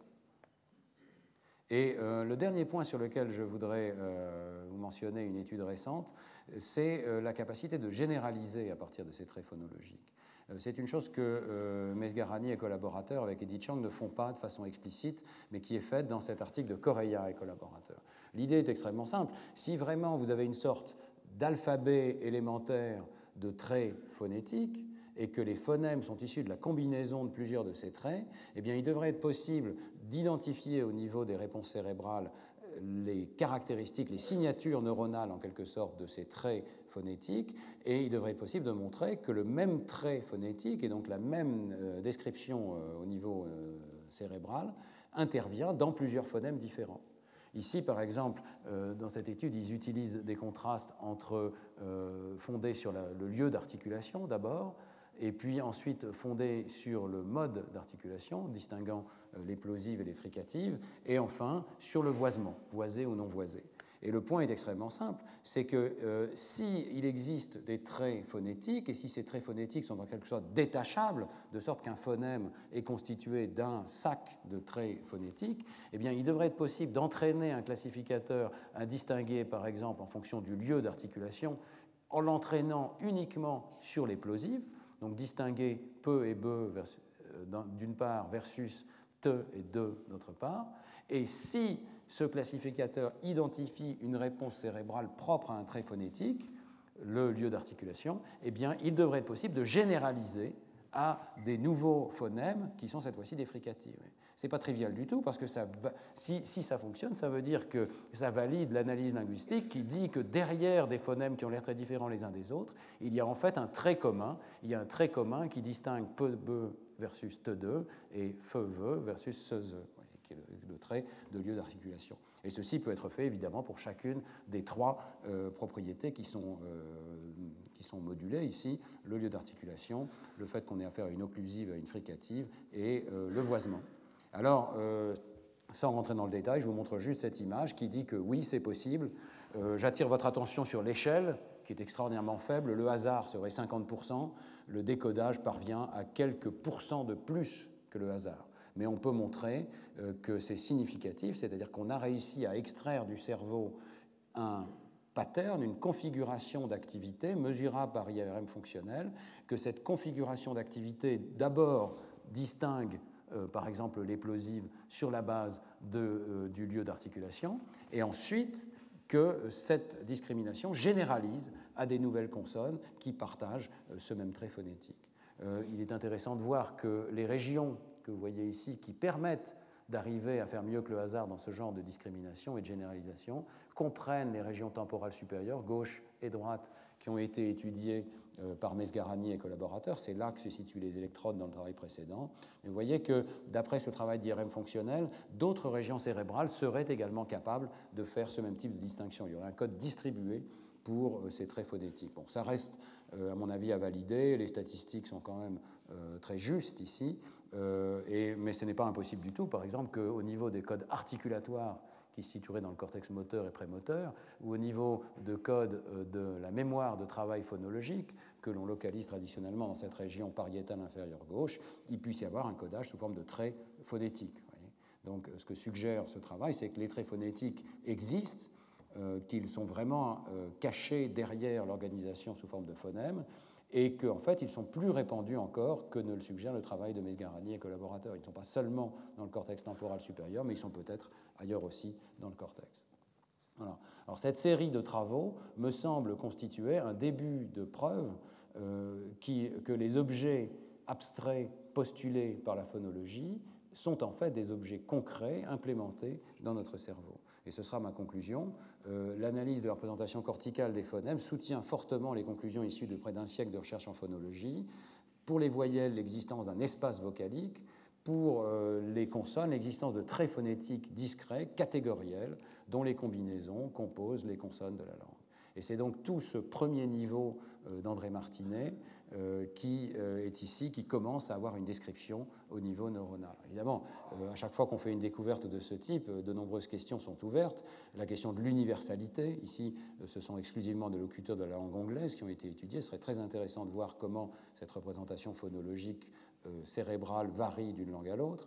Et le dernier point sur lequel je voudrais vous mentionner une étude récente, c'est la capacité de généraliser à partir de ces traits phonologiques. C'est une chose que Mesgarani et collaborateurs avec Eddie Chang ne font pas de façon explicite, mais qui est faite dans cet article de Correia et collaborateurs. L'idée est extrêmement simple. Si vraiment vous avez une sorte d'alphabet élémentaire de traits phonétiques, et que les phonèmes sont issus de la combinaison de plusieurs de ces traits, eh bien, il devrait être possible d'identifier au niveau des réponses cérébrales les caractéristiques, les signatures neuronales en quelque sorte de ces traits phonétiques, et il devrait être possible de montrer que le même trait phonétique et donc la même description au niveau cérébral intervient dans plusieurs phonèmes différents. Ici, par exemple, dans cette étude, ils utilisent des contrastes fondés sur le lieu d'articulation d'abord, et puis ensuite fondés sur le mode d'articulation, distinguant les plosives et les fricatives, et enfin sur le voisement, voisé ou non voisé. Et le point est extrêmement simple, c'est que s'il existe des traits phonétiques, et si ces traits phonétiques sont en quelque sorte détachables, de sorte qu'un phonème est constitué d'un sac de traits phonétiques, eh bien, il devrait être possible d'entraîner un classificateur à distinguer, par exemple, en fonction du lieu d'articulation, en l'entraînant uniquement sur les plosives, donc distinguer peu et be d'une part versus te et de d'autre part. Et si ce classificateur identifie une réponse cérébrale propre à un trait phonétique, le lieu d'articulation, eh bien, il devrait être possible de généraliser à des nouveaux phonèmes qui sont cette fois-ci des fricatives. Ce n'est pas trivial du tout, parce que si ça fonctionne, ça veut dire que ça valide l'analyse linguistique qui dit que derrière des phonèmes qui ont l'air très différents les uns des autres, il y a en fait un trait commun. Il y a un trait commun qui distingue pe-be versus te-de et fe-ve versus se-ze, qui est le trait de lieu d'articulation. Et ceci peut être fait évidemment pour chacune des trois propriétés qui sont modulées ici, le lieu d'articulation, le fait qu'on ait affaire à une occlusive, à une fricative et le voisement. Alors, sans rentrer dans le détail, je vous montre juste cette image qui dit que oui, c'est possible. J'attire votre attention sur l'échelle, qui est extraordinairement faible. Le hasard serait 50%. Le décodage parvient à quelques pourcents de plus que le hasard. Mais on peut montrer que c'est significatif, c'est-à-dire qu'on a réussi à extraire du cerveau un pattern, une configuration d'activité mesurable par IRM fonctionnel, que cette configuration d'activité d'abord distingue par exemple les plosives sur la base du lieu d'articulation, et ensuite que cette discrimination généralise à des nouvelles consonnes qui partagent ce même trait phonétique. Il est intéressant de voir que les régions que vous voyez ici qui permettent d'arriver à faire mieux que le hasard dans ce genre de discrimination et de généralisation comprennent les régions temporales supérieures, gauche et droite, qui ont été étudiées par Mesgarani et collaborateurs. C'est là que se situent les électrodes dans le travail précédent. Mais vous voyez que, d'après ce travail d'IRM fonctionnel, d'autres régions cérébrales seraient également capables de faire ce même type de distinction. Il y aurait un code distribué pour ces traits phonétiques. Bon, ça reste, à mon avis, à valider. Les statistiques sont quand même très justes ici, mais ce n'est pas impossible du tout, par exemple, qu'au niveau des codes articulatoires qui se situeraient dans le cortex moteur et prémoteur, ou au niveau de code de la mémoire de travail phonologique, que l'on localise traditionnellement dans cette région pariétale inférieure gauche, il puisse y avoir un codage sous forme de traits phonétiques. Donc, ce que suggère ce travail, c'est que les traits phonétiques existent, qu'ils sont vraiment cachés derrière l'organisation sous forme de phonèmes, et qu'en fait, ils sont plus répandus encore que ne le suggère le travail de Mesgarani et collaborateurs. Ils ne sont pas seulement dans le cortex temporal supérieur, mais ils sont peut-être ailleurs aussi dans le cortex. Voilà. Alors, cette série de travaux me semble constituer un début de preuve que les objets abstraits postulés par la phonologie sont en fait des objets concrets implémentés dans notre cerveau. Et ce sera ma conclusion. L'analyse de la représentation corticale des phonèmes soutient fortement les conclusions issues de près d'un siècle de recherche en phonologie. Pour les voyelles, l'existence d'un espace vocalique. Pour les consonnes, l'existence de traits phonétiques discrets, catégoriels, dont les combinaisons composent les consonnes de la langue. Et c'est donc tout ce premier niveau d'André Martinet qui est ici, qui commence à avoir une description au niveau neuronal. Évidemment, à chaque fois qu'on fait une découverte de ce type, de nombreuses questions sont ouvertes. La question de l'universalité, ici, ce sont exclusivement des locuteurs de la langue anglaise qui ont été étudiés. Ce serait très intéressant de voir comment cette représentation phonologique cérébrale varie d'une langue à l'autre.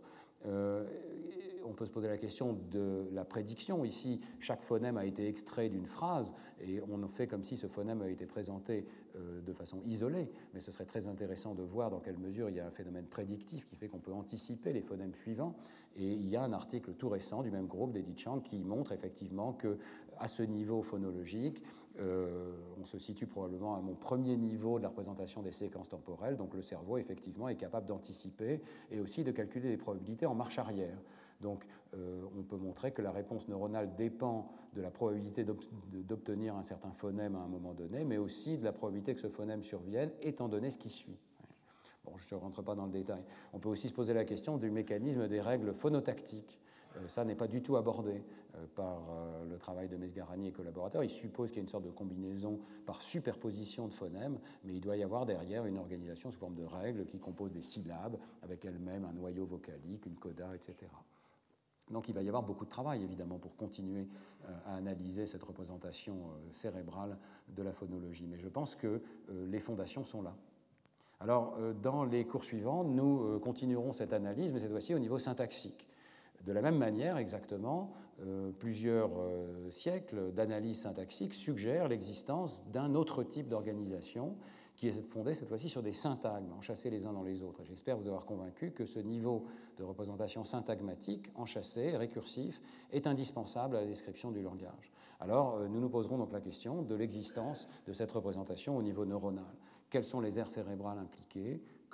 On peut se poser la question de la prédiction. Ici, chaque phonème a été extrait d'une phrase et on fait comme si ce phonème avait été présenté de façon isolée, mais ce serait très intéressant de voir dans quelle mesure il y a un phénomène prédictif qui fait qu'on peut anticiper les phonèmes suivants. Et il y a un article tout récent du même groupe d'Edith Chang qui montre effectivement qu'à ce niveau phonologique, on se situe probablement à mon premier niveau de la représentation des séquences temporelles, donc le cerveau effectivement est capable d'anticiper et aussi de calculer les probabilités en marche arrière. Donc on peut montrer que la réponse neuronale dépend de la probabilité d'obtenir un certain phonème à un moment donné, mais aussi de la probabilité que ce phonème survienne, étant donné ce qui suit. Bon, je ne rentre pas dans le détail. On peut aussi se poser la question du mécanisme des règles phonotactiques. Ça n'est pas du tout abordé par le travail de Mesgarani et collaborateurs. Il suppose qu'il y a une sorte de combinaison par superposition de phonèmes, mais il doit y avoir derrière une organisation sous forme de règles qui composent des syllabes, avec elles-mêmes un noyau vocalique, une coda, etc. Donc il va y avoir beaucoup de travail, évidemment, pour continuer à analyser cette représentation cérébrale de la phonologie. Mais je pense que les fondations sont là. Alors, dans les cours suivants, nous continuerons cette analyse, mais cette fois-ci au niveau syntaxique. De la même manière, exactement, plusieurs siècles d'analyse syntaxique suggèrent l'existence d'un autre type d'organisation qui est fondée cette fois-ci sur des syntagmes enchâssés les uns dans les autres. J'espère vous avoir convaincu que ce niveau de représentation syntagmatique, enchâssé, récursif, est indispensable à la description du langage. Alors, nous nous poserons donc la question de l'existence de cette représentation au niveau neuronal. Quelles sont les aires cérébrales impliquées ?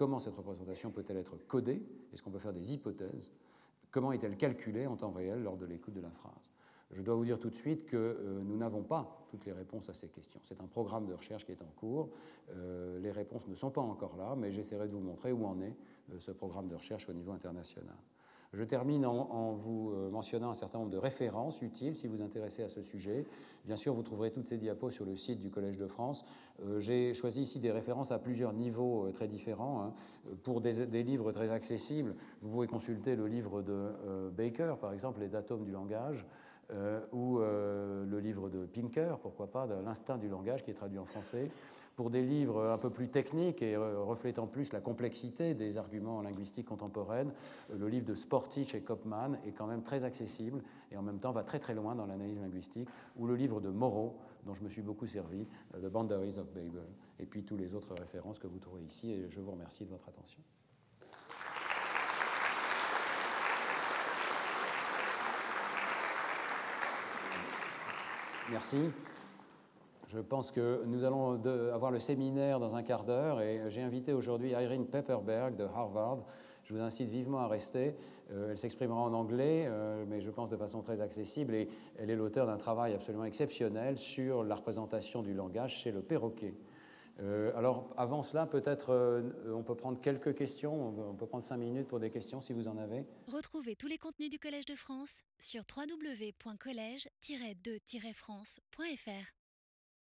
comment cette représentation peut-elle être codée? Est-ce qu'on peut faire des hypothèses? Comment est-elle calculée en temps réel lors de l'écoute de la phrase? Je dois vous dire tout de suite que nous n'avons pas toutes les réponses à ces questions. C'est un programme de recherche qui est en cours. Les réponses ne sont pas encore là, mais j'essaierai de vous montrer où en est ce programme de recherche au niveau international. Je termine en vous mentionnant un certain nombre de références utiles si vous vous intéressez à ce sujet. Bien sûr, vous trouverez toutes ces diapos sur le site du Collège de France. J'ai choisi ici des références à plusieurs niveaux très différents. Hein. Pour des livres très accessibles, vous pouvez consulter le livre de Baker, par exemple, Les atomes du langage, ou le livre de Pinker, pourquoi pas, de L'instinct du langage, qui est traduit en français. Pour des livres un peu plus techniques et reflétant plus la complexité des arguments linguistiques contemporaines, le livre de Sportich et Kopman est quand même très accessible et en même temps va très très loin dans l'analyse linguistique, ou le livre de Moreau, dont je me suis beaucoup servi, The Boundaries of Babel, et puis tous les autres références que vous trouvez ici, et je vous remercie de votre attention. Merci. Je pense que nous allons avoir le séminaire dans un quart d'heure et j'ai invité aujourd'hui Irene Pepperberg de Harvard. Je vous incite vivement à rester. Elle s'exprimera en anglais, mais je pense de façon très accessible, et elle est l'auteure d'un travail absolument exceptionnel sur la représentation du langage chez le perroquet. Alors, avant cela, peut-être on peut prendre quelques questions. On peut prendre 5 minutes pour des questions si vous en avez. Retrouvez tous les contenus du Collège de France sur www.collège-2-france.fr.